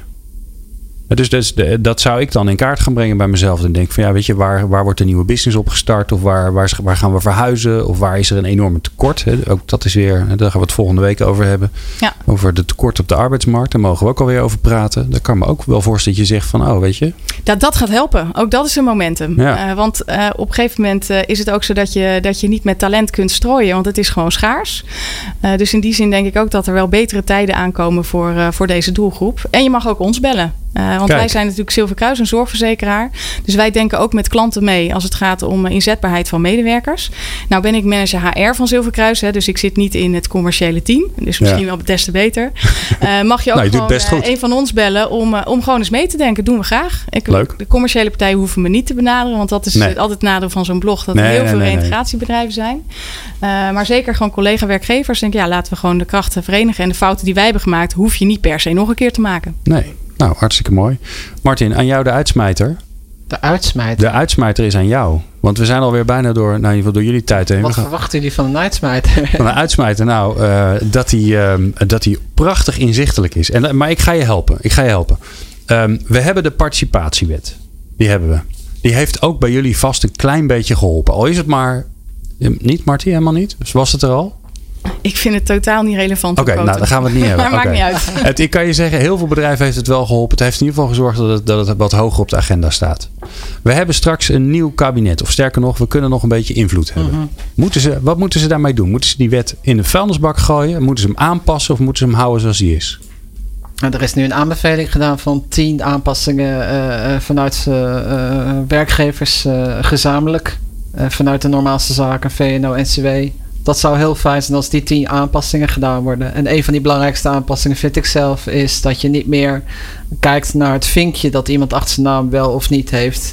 Dus, dus dat zou ik dan in kaart gaan brengen bij mezelf. En denk van ja, weet je, waar, waar wordt een nieuwe business opgestart? Of waar, waar, waar gaan we verhuizen? Of waar is er een enorme tekort? Ook dat is weer, daar gaan we het volgende week over hebben. Ja. Over de tekort op de arbeidsmarkt. Daar mogen we ook alweer over praten. Daar kan me ook wel voorstellen dat je zegt van, oh, weet je. Dat, dat gaat helpen. Ook dat is een momentum. Ja. Uh, want uh, op een gegeven moment uh, is het ook zo dat je, dat je niet met talent kunt strooien. Want het is gewoon schaars. Uh, dus in die zin denk ik ook dat er wel betere tijden aankomen voor, uh, voor deze doelgroep. En je mag ook ons bellen. Uh, want Kijk. wij zijn natuurlijk Zilverkruis, een zorgverzekeraar. Dus wij denken ook met klanten mee als het gaat om inzetbaarheid van medewerkers. Nou ben ik manager H R van Zilverkruis. Hè, dus ik zit niet in het commerciële team. Dus misschien ja. wel des te beter. Uh, mag je ook nou, je gewoon uh, een van ons bellen om, uh, om gewoon eens mee te denken. Doen we graag. Ik, Leuk. De commerciële partijen hoeven me niet te benaderen. Want dat is nee. altijd het nadeel van zo'n blog. Dat er nee, heel nee, veel nee, reintegratiebedrijven nee. zijn. Uh, maar zeker gewoon collega-werkgevers. Denk ja, laten we gewoon de krachten verenigen. En de fouten die wij hebben gemaakt, hoef je niet per se nog een keer te maken. Nee. Nou, hartstikke mooi. Martin, aan jou de uitsmijter. De uitsmijter? De uitsmijter is aan jou. Want we zijn alweer bijna door, nou in ieder geval door jullie tijd heen. Wat gaan... verwachten jullie van een uitsmijter? Van een uitsmijter? Nou, uh, dat hij uh, dat hij prachtig inzichtelijk is. En, maar ik ga je helpen. Ik ga je helpen. Um, we hebben de participatiewet. Die hebben we. Die heeft ook bij jullie vast een klein beetje geholpen. Al is het maar... Niet, Martin? Helemaal niet? Dus was het er al? Ik vind het totaal niet relevant. Oké, okay, nou dan gaan we het niet hebben. Maar okay. maakt niet uit. Het, ik kan je zeggen, heel veel bedrijven heeft het wel geholpen. Het heeft in ieder geval gezorgd dat het, dat het wat hoger op de agenda staat. We hebben straks een nieuw kabinet. Of sterker nog, we kunnen nog een beetje invloed hebben. Mm-hmm. Moeten ze, wat moeten ze daarmee doen? Moeten ze die wet in de vuilnisbak gooien? Moeten ze hem aanpassen of moeten ze hem houden zoals hij is? Nou, er is nu een aanbeveling gedaan van tien aanpassingen uh, vanuit uh, uh, werkgevers uh, gezamenlijk. Uh, vanuit de normaalste zaken, V N O, N C W. Dat zou heel fijn zijn als die tien aanpassingen gedaan worden. En een van die belangrijkste aanpassingen vind ik zelf is dat je niet meer kijkt naar het vinkje dat iemand achter zijn naam wel of niet heeft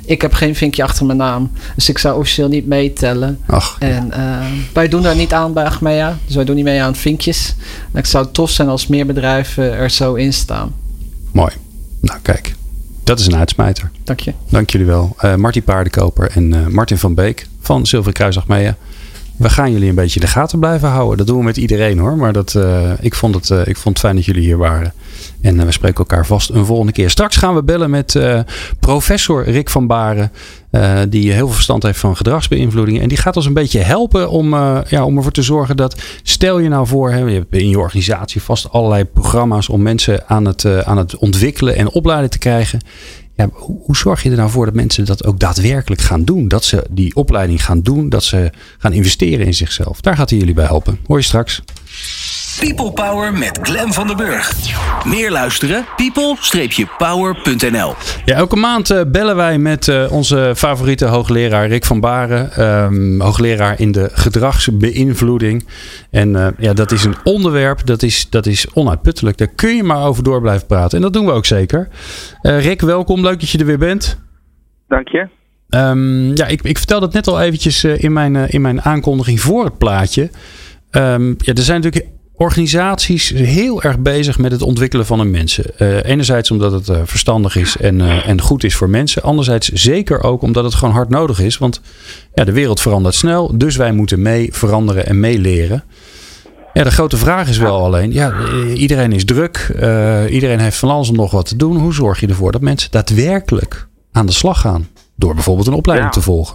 ik heb geen vinkje achter mijn naam. Dus ik zou officieel niet meetellen. Ach, en uh, wij doen daar niet aan bij Achmea. Dus wij doen niet mee aan vinkjes. En het zou tof zijn als meer bedrijven er zo in staan. Mooi. Nou, kijk. Dat is een uitsmijter. Dank je. Dank jullie wel. Uh, Marty Paardenkoper en uh, Martin van Beek van Zilveren Kruis Achmea. We gaan jullie een beetje in de gaten blijven houden. Dat doen we met iedereen hoor. Maar dat, uh, ik, vond het, uh, ik vond het fijn dat jullie hier waren. En uh, we spreken elkaar vast een volgende keer. Straks gaan we bellen met uh, professor Rick van Baren. Uh, die heel veel verstand heeft van gedragsbeïnvloeding. En die gaat ons een beetje helpen om, uh, ja, om ervoor te zorgen dat... Stel je nou voor, hè, je hebt in je organisatie vast allerlei programma's... om mensen aan het, uh, aan het ontwikkelen en opleiden te krijgen... Ja, hoe, hoe zorg je er nou voor dat mensen dat ook daadwerkelijk gaan doen? Dat ze die opleiding gaan doen, dat ze gaan investeren in zichzelf. Daar gaat hij jullie bij helpen. Hoor je straks. People Power met Glenn van der Burg. Meer luisteren? people power punt n l. Ja, elke maand uh, bellen wij met uh, onze favoriete hoogleraar Rick van Baren. Um, hoogleraar in de gedragsbeïnvloeding. En uh, ja, dat is een onderwerp, dat is, dat is onuitputtelijk. Daar kun je maar over door blijven praten. En dat doen we ook zeker. Uh, Rick, welkom. Leuk dat je er weer bent. Dank je. Um, ja, ik, ik vertelde het net al eventjes uh, in, mijn, uh, in mijn aankondiging voor het plaatje. Um, ja, er zijn natuurlijk... organisaties heel erg bezig met het ontwikkelen van een mensen. Uh, enerzijds omdat het uh, verstandig is en, uh, en goed is voor mensen. Anderzijds zeker ook omdat het gewoon hard nodig is. Want ja, de wereld verandert snel. Dus wij moeten mee veranderen en meeleren. Ja, de grote vraag is wel alleen. Ja, iedereen is druk. Uh, iedereen heeft van alles en nog wat te doen. Hoe zorg je ervoor dat mensen daadwerkelijk aan de slag gaan? Door bijvoorbeeld een opleiding ja. te volgen.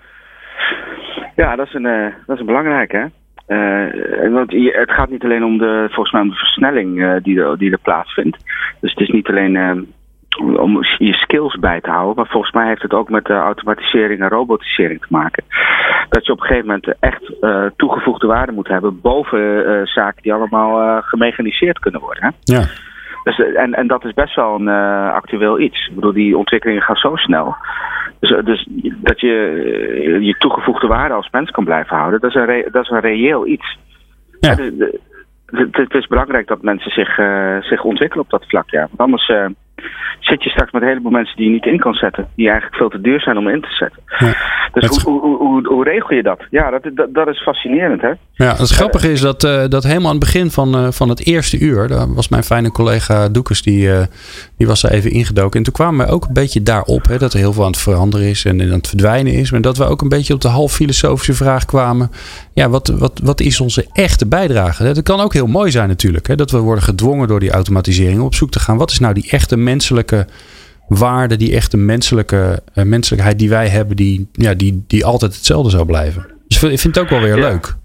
Ja, dat is een, uh, dat is een belangrijke, hè? Uh, want het gaat niet alleen om de, volgens mij om de versnelling uh, die, er, die er plaatsvindt. Dus het is niet alleen uh, om je skills bij te houden, maar volgens mij heeft het ook met uh, automatisering en robotisering te maken. Dat je op een gegeven moment echt uh, toegevoegde waarde moet hebben boven uh, zaken die allemaal uh, gemechaniseerd kunnen worden. Hè? Ja. Dus, en, en dat is best wel een uh, actueel iets. Ik bedoel, die ontwikkelingen gaan zo snel. Dus, dus dat je je toegevoegde waarde als mens kan blijven houden, dat is een, re, dat is een reëel iets. Ja. Ja, de, de, het, het is belangrijk dat mensen zich, uh, zich ontwikkelen op dat vlak. Ja. Want anders uh, zit je straks met een heleboel mensen die je niet in kan zetten. Die eigenlijk veel te duur zijn om in te zetten. Ja. Dus het... hoe, hoe, hoe, hoe regel je dat? Ja, dat, dat, dat is fascinerend, hè? Ja, het grappige is dat, uh, dat helemaal aan het begin van, uh, van het eerste uur, daar was mijn fijne collega Doekes, die, uh, die was er even ingedoken. En toen kwamen wij ook een beetje daarop, hè, dat er heel veel aan het veranderen is en aan het verdwijnen is. Maar dat we ook een beetje op de half filosofische vraag kwamen. Ja, wat, wat, wat is onze echte bijdrage? Het kan ook heel mooi zijn natuurlijk, hè, dat we worden gedwongen door die automatisering op zoek te gaan. Wat is nou die echte menselijke waarde, die echte menselijke uh, menselijkheid die wij hebben, die, ja, die, die altijd hetzelfde zou blijven? Dus ik vind het ook wel weer ja. leuk.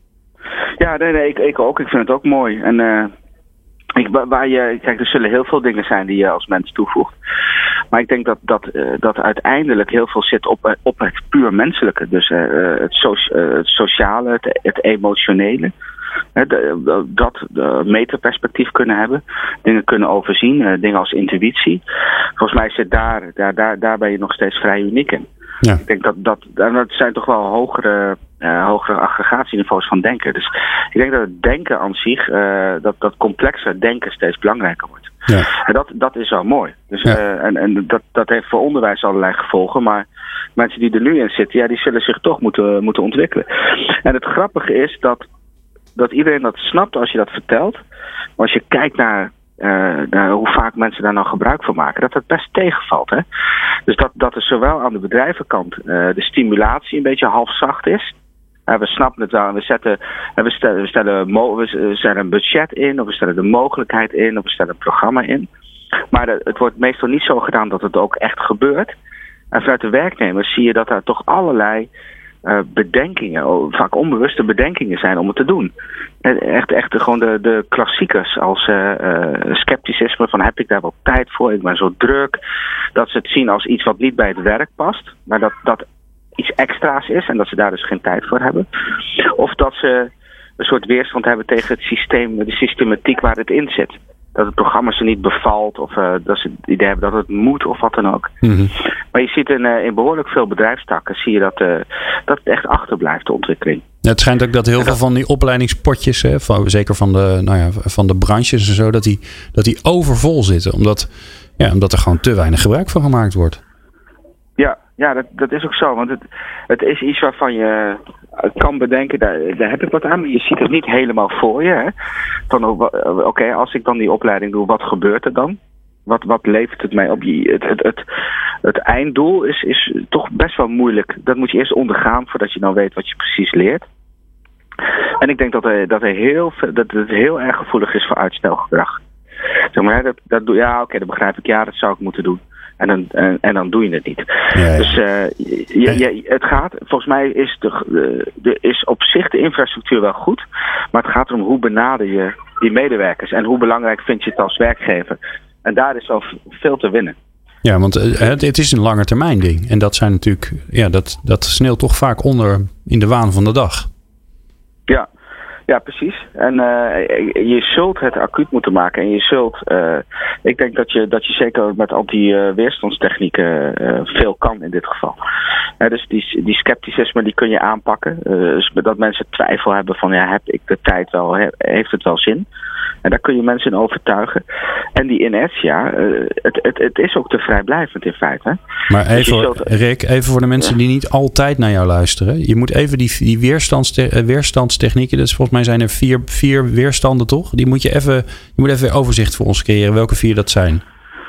Ja, nee, nee, ik, ik ook. Ik vind het ook mooi. En uh, ik, waar je, kijk, er zullen heel veel dingen zijn die je als mens toevoegt. Maar ik denk dat, dat, uh, dat uiteindelijk heel veel zit op, op het puur menselijke. Dus uh, het, so, uh, het sociale, het, het emotionele. He, de, dat de metaperspectief kunnen hebben. Dingen kunnen overzien. Uh, dingen als intuïtie. Volgens mij zit daar, daar, daar, daar ben je nog steeds vrij uniek in. Ja. Ik denk dat, dat, dat zijn toch wel hogere, uh, hogere aggregatieniveaus van denken. Dus ik denk dat het denken aan zich, uh, dat, dat complexe denken steeds belangrijker wordt. Ja. En dat, dat is wel mooi. Dus, ja. uh, en en dat, dat heeft voor onderwijs allerlei gevolgen. Maar mensen die er nu in zitten, ja, die zullen zich toch moeten, moeten ontwikkelen. En het grappige is dat, dat iedereen dat snapt als je dat vertelt. Maar als je kijkt naar... Uh, nou, hoe vaak mensen daar nou gebruik van maken, dat het best tegenvalt. Hè? Dus dat, dat er zowel aan de bedrijvenkant uh, de stimulatie een beetje halfzacht is. Uh, we snappen het wel en we, zetten, uh, we, stellen, we, stellen mo- we stellen een budget in, of we stellen de mogelijkheid in, of we stellen een programma in. Maar de, het wordt meestal niet zo gedaan dat het ook echt gebeurt. En vanuit de werknemers zie je dat er toch allerlei Uh, bedenkingen, vaak onbewuste bedenkingen zijn om het te doen. Echt, echt gewoon de, de klassiekers als uh, uh, scepticisme van heb ik daar wel tijd voor, ik ben zo druk. Dat ze het zien als iets wat niet bij het werk past, maar dat dat iets extra's is en dat ze daar dus geen tijd voor hebben. Of dat ze een soort weerstand hebben tegen het systeem, de systematiek waar het in zit. Dat het programma ze niet bevalt of uh, dat ze het idee hebben dat het moet of wat dan ook. Mm-hmm. Maar je ziet in, uh, in behoorlijk veel bedrijfstakken zie je dat, uh, dat het echt achterblijft, de ontwikkeling. Ja, het schijnt ook dat heel dat, veel van die opleidingspotjes, hè, van, zeker van de, nou ja, van de branches en zo, dat die, dat die overvol zitten. Omdat, ja, omdat er gewoon te weinig gebruik van gemaakt wordt. Ja, ja dat, dat is ook zo. Want het, het is iets waarvan je kan bedenken, daar, daar heb ik wat aan. Maar je ziet het niet helemaal voor je. Hè? Van, oké, okay, als ik dan die opleiding doe, wat gebeurt er dan? Wat, wat levert het mij op? Het, het, het, het einddoel is, is toch best wel moeilijk. Dat moet je eerst ondergaan voordat je dan weet wat je precies leert. En ik denk dat, er, dat, er heel, dat het heel erg gevoelig is voor uitstelgedrag. Zeg maar, dat, dat doe, ja, oké, okay, dat begrijp ik. Ja, dat zou ik moeten doen. En dan, en, en dan doe je het niet. Ja, ja. Dus uh, je, je, het gaat, volgens mij is, de, de, de, is op zich de infrastructuur wel goed. Maar het gaat erom hoe benader je die medewerkers. En hoe belangrijk vind je het als werkgever. En daar is al veel te winnen. Ja, want het, het is een lange termijn ding. En dat zijn natuurlijk, ja, dat, dat sneeuwt toch vaak onder in de waan van de dag. Ja. Ja, precies. En uh, je zult het acuut moeten maken. En je zult, uh, ik denk dat je, dat je zeker met anti-weerstandstechnieken uh, veel kan in dit geval. Uh, dus die, die scepticisme die kun je aanpakken. Uh, dus dat mensen twijfel hebben van, ja, heb ik de tijd wel, he, heeft het wel zin? En daar kun je mensen in overtuigen. En die inertia, uh, het, het, het is ook te vrijblijvend in feite. Hè? Maar even, dus zult... Rick, even voor de mensen ja. die niet altijd naar jou luisteren. Je moet even die, die weerstandste- weerstandstechnieken, dat is volgens mij zijn er vier, vier weerstanden toch? Die moet je even, je moet even overzicht voor ons creëren welke vier dat zijn.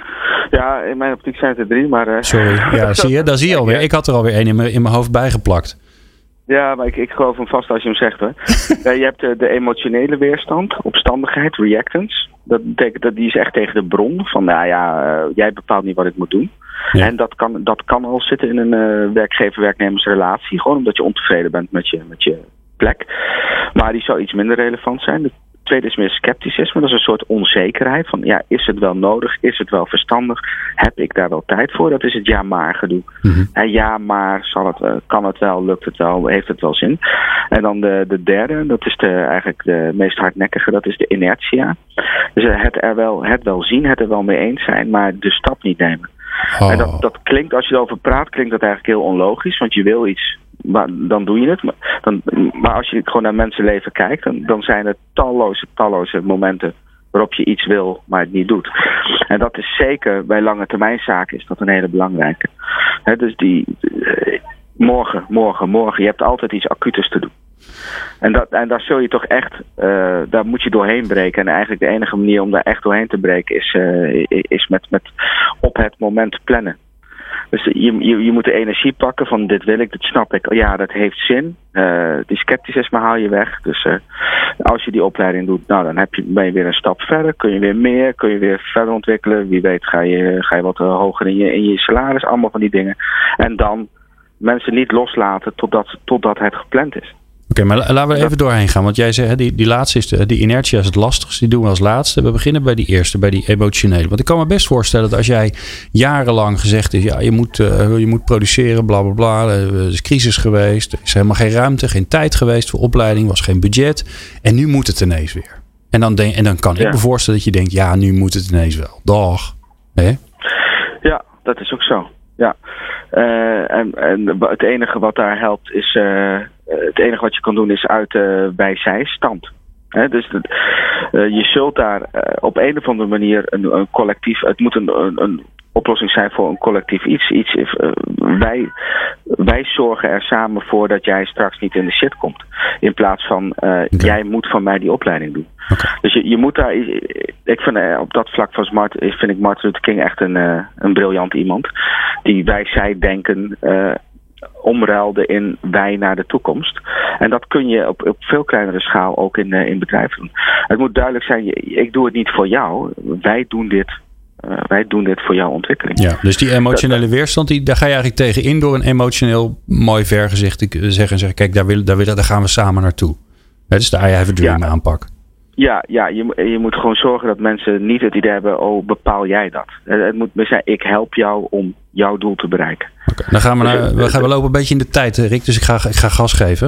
Ja, in mijn optiek zijn het er drie, maar... Uh... Sorry, ja, zie je, daar zie je alweer. Ik had er alweer één in mijn, in mijn hoofd bijgeplakt. Ja, maar ik, ik geloof hem vast als je hem zegt, hoor. uh, je hebt de, de emotionele weerstand, opstandigheid, reactance. Dat betekent dat die is echt tegen de bron. Van, nou ja, uh, jij bepaalt niet wat ik moet doen. Ja. En dat kan, dat kan al zitten in een uh, werkgever-werknemersrelatie. Gewoon omdat je ontevreden bent met je, met je plek. Maar die zou iets minder relevant zijn. De tweede is meer scepticisme. Dat is een soort onzekerheid. Van, ja, is het wel nodig? Is het wel verstandig? Heb ik daar wel tijd voor? Dat is het ja maar gedoe. Mm-hmm. En ja maar, zal het, uh, kan het wel? Lukt het wel? Heeft het wel zin? En dan de, de derde, dat is de, eigenlijk de meest hardnekkige. Dat is de inertia. Dus uh, het er wel, het wel zien, het er wel mee eens zijn, maar de stap niet nemen. Oh. En dat, dat klinkt, als je erover praat, klinkt dat eigenlijk heel onlogisch. Want je wil iets, maar dan doe je het. Maar, dan, maar als je gewoon naar mensenleven kijkt, dan, dan zijn er talloze, talloze momenten waarop je iets wil, maar het niet doet. En dat is zeker bij lange termijnzaken is dat een hele belangrijke. He, dus die uh, morgen, morgen, morgen. Je hebt altijd iets acuters te doen. En, dat, en daar zul je toch echt, uh, daar moet je doorheen breken. En eigenlijk de enige manier om daar echt doorheen te breken is, uh, is met, met op het moment plannen. Dus je, je, je moet de energie pakken van dit wil ik, dit snap ik. Ja, dat heeft zin. Uh, die scepticisme haal je weg. Dus uh, als je die opleiding doet, nou dan heb je, ben je weer een stap verder. Kun je weer meer, kun je weer verder ontwikkelen. Wie weet ga je, ga je wat hoger in je, in je salaris. Allemaal van die dingen. En dan mensen niet loslaten totdat, totdat het gepland is. Oké, okay, maar laten we even doorheen gaan. Want jij zegt, die, die laatste is de, die inertia is het lastigste. Die doen we als laatste. We beginnen bij die eerste, bij die emotionele. Want ik kan me best voorstellen dat als jij jarenlang gezegd is, ja, je moet, uh, je moet produceren, bla bla bla. Er is crisis geweest. Er is helemaal geen ruimte, geen tijd geweest voor opleiding. Was geen budget. En nu moet het ineens weer. En dan, denk, en dan kan ja. ik me voorstellen dat je denkt, ja, nu moet het ineens wel. Dag. Hè? Ja, dat is ook zo. Ja. Uh, en, en het enige wat daar helpt is... Uh, het enige wat je kan doen is uit uh, bij-zij-stand. He, dus dat, uh, je zult daar uh, op een of andere manier een, een collectief... Het moet een, een, een oplossing zijn voor een collectief iets. iets uh, wij, wij zorgen er samen voor dat jij straks niet in de shit komt. In plaats van, uh, okay. jij moet van mij die opleiding doen. Okay. Dus je, je moet daar... Ik vind uh, op dat vlak van Smart, vind ik Martin Luther King echt een, uh, een briljant iemand. Die wij-zij denken... Uh, omruilde in wij naar de toekomst. En dat kun je op, op veel kleinere schaal ook in, uh, in bedrijven doen. Het moet duidelijk zijn, ik doe het niet voor jou. Wij doen dit, uh, wij doen dit voor jouw ontwikkeling. Ja, dus die emotionele dat, weerstand, die, daar ga je eigenlijk tegen in door een emotioneel mooi vergezicht te zeggen en zeggen, kijk, daar, willen, daar, willen, daar gaan we samen naartoe. Dat is de I have a dream ja. aanpak. Ja, ja je, je moet gewoon zorgen dat mensen niet het idee hebben, oh, bepaal jij dat. Het moet meer zijn, ik help jou om jouw doel te bereiken. Okay, dan gaan we, naar, dus, we, gaan, we lopen een beetje in de tijd, Rick, dus ik ga, ik ga gas geven.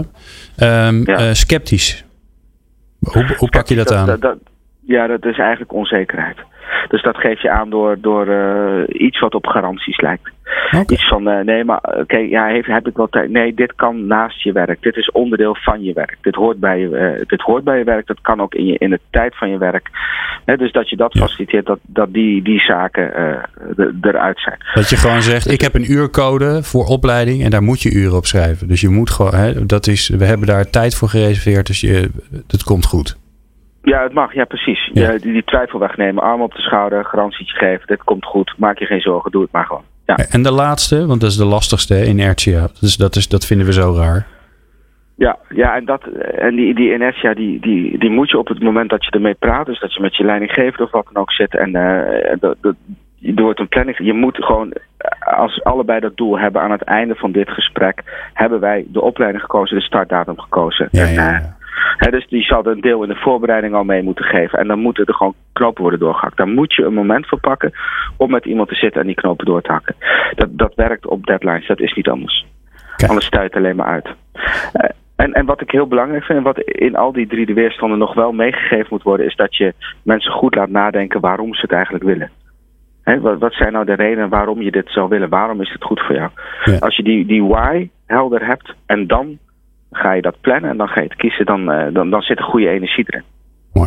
Um, ja. uh, sceptisch. Hoe, hoe pak je dat aan? Dat, dat, ja, dat is eigenlijk onzekerheid. Dus dat geef je aan door, door uh, iets wat op garanties lijkt. Okay. Iets van, uh, nee, maar oké, okay, ja, heb, heb ik wel tijd. Nee, dit kan naast je werk. Dit is onderdeel van je werk. Dit hoort bij je, uh, dit hoort bij je werk. Dat kan ook in, je, in de tijd van je werk. He, dus dat je dat ja. faciliteert, dat, dat die, die zaken uh, de, eruit zijn. Dat je gewoon zegt, ik heb een uurcode voor opleiding en daar moet je uren op schrijven. Dus je moet gewoon, hè, dat is, we hebben daar tijd voor gereserveerd, dus je, het komt goed. Ja, het mag. Ja, precies. Ja. Ja, die, die twijfel wegnemen, arm op de schouder, garantietje geven. Dit komt goed. Maak je geen zorgen. Doe het maar gewoon. Ja. En de laatste, want dat is de lastigste, inertia. Dus dat, is, dat vinden we zo raar. Ja, ja en, dat, en die, die inertia, die, die, die moet je op het moment dat je ermee praat. Dus dat je met je leidinggever of wat dan ook zit. En uh, dat, dat, door het een planning. Je moet gewoon, als allebei dat doel hebben aan het einde van dit gesprek, hebben wij de opleiding gekozen, de startdatum gekozen. Ja, en, ja, ja. He, dus die zal een deel in de voorbereiding al mee moeten geven. En dan moeten er gewoon knopen worden doorgehakt. Daar moet je een moment voor pakken om met iemand te zitten en die knopen door te hakken. Dat, dat werkt op deadlines. Dat is niet anders. Okay. Anders stuit het alleen maar uit. Uh, en, en wat ik heel belangrijk vind, en wat in al die drie de weerstanden nog wel meegegeven moet worden, is dat je mensen goed laat nadenken waarom ze het eigenlijk willen. He, wat, wat zijn nou de redenen waarom je dit zou willen? Waarom is het goed voor jou? Ja. Als je die, die why helder hebt en dan ga je dat plannen en dan ga je het kiezen, dan, uh, dan, dan zit er goede energie erin. Mooi.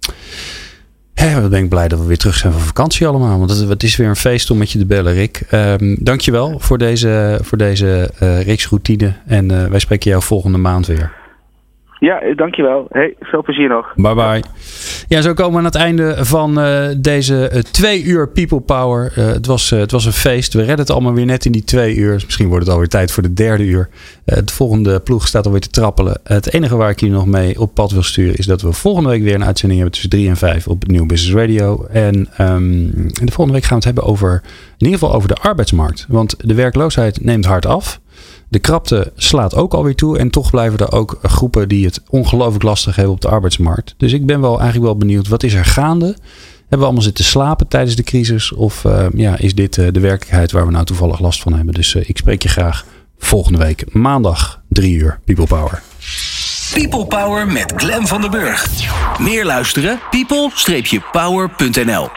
Hey, dan ben ik blij dat we weer terug zijn van vakantie allemaal. Want het, het is weer een feest om met je te bellen, Rick. Um, Dank je wel voor deze, voor deze uh, Rick's routine. En uh, wij spreken jou volgende maand weer. Ja, dankjewel. Hey, veel plezier nog. Bye bye. Ja, zo komen we aan het einde van uh, deze uh, twee uur People Power. Uh, het, was, uh, het was een feest. We redden het allemaal weer net in die twee uur. Misschien wordt het alweer tijd voor de derde uur. Uh, de volgende ploeg staat alweer te trappelen. Uh, het enige waar ik jullie nog mee op pad wil sturen is dat we volgende week weer een uitzending hebben tussen drie en vijf op Nieuw Business Radio. En, um, en de volgende week gaan we het hebben over, in ieder geval over de arbeidsmarkt. Want de werkloosheid neemt hard af. De krapte slaat ook alweer toe. En toch blijven er ook groepen die het ongelooflijk lastig hebben op de arbeidsmarkt. Dus ik ben wel eigenlijk wel benieuwd. Wat is er gaande? Hebben we allemaal zitten slapen tijdens de crisis? Of uh, ja, is dit uh, de werkelijkheid waar we nou toevallig last van hebben? Dus uh, ik spreek je graag volgende week. Maandag drie uur. People Power. People Power met Glenn van der Burg. Meer luisteren? people dash power punt n l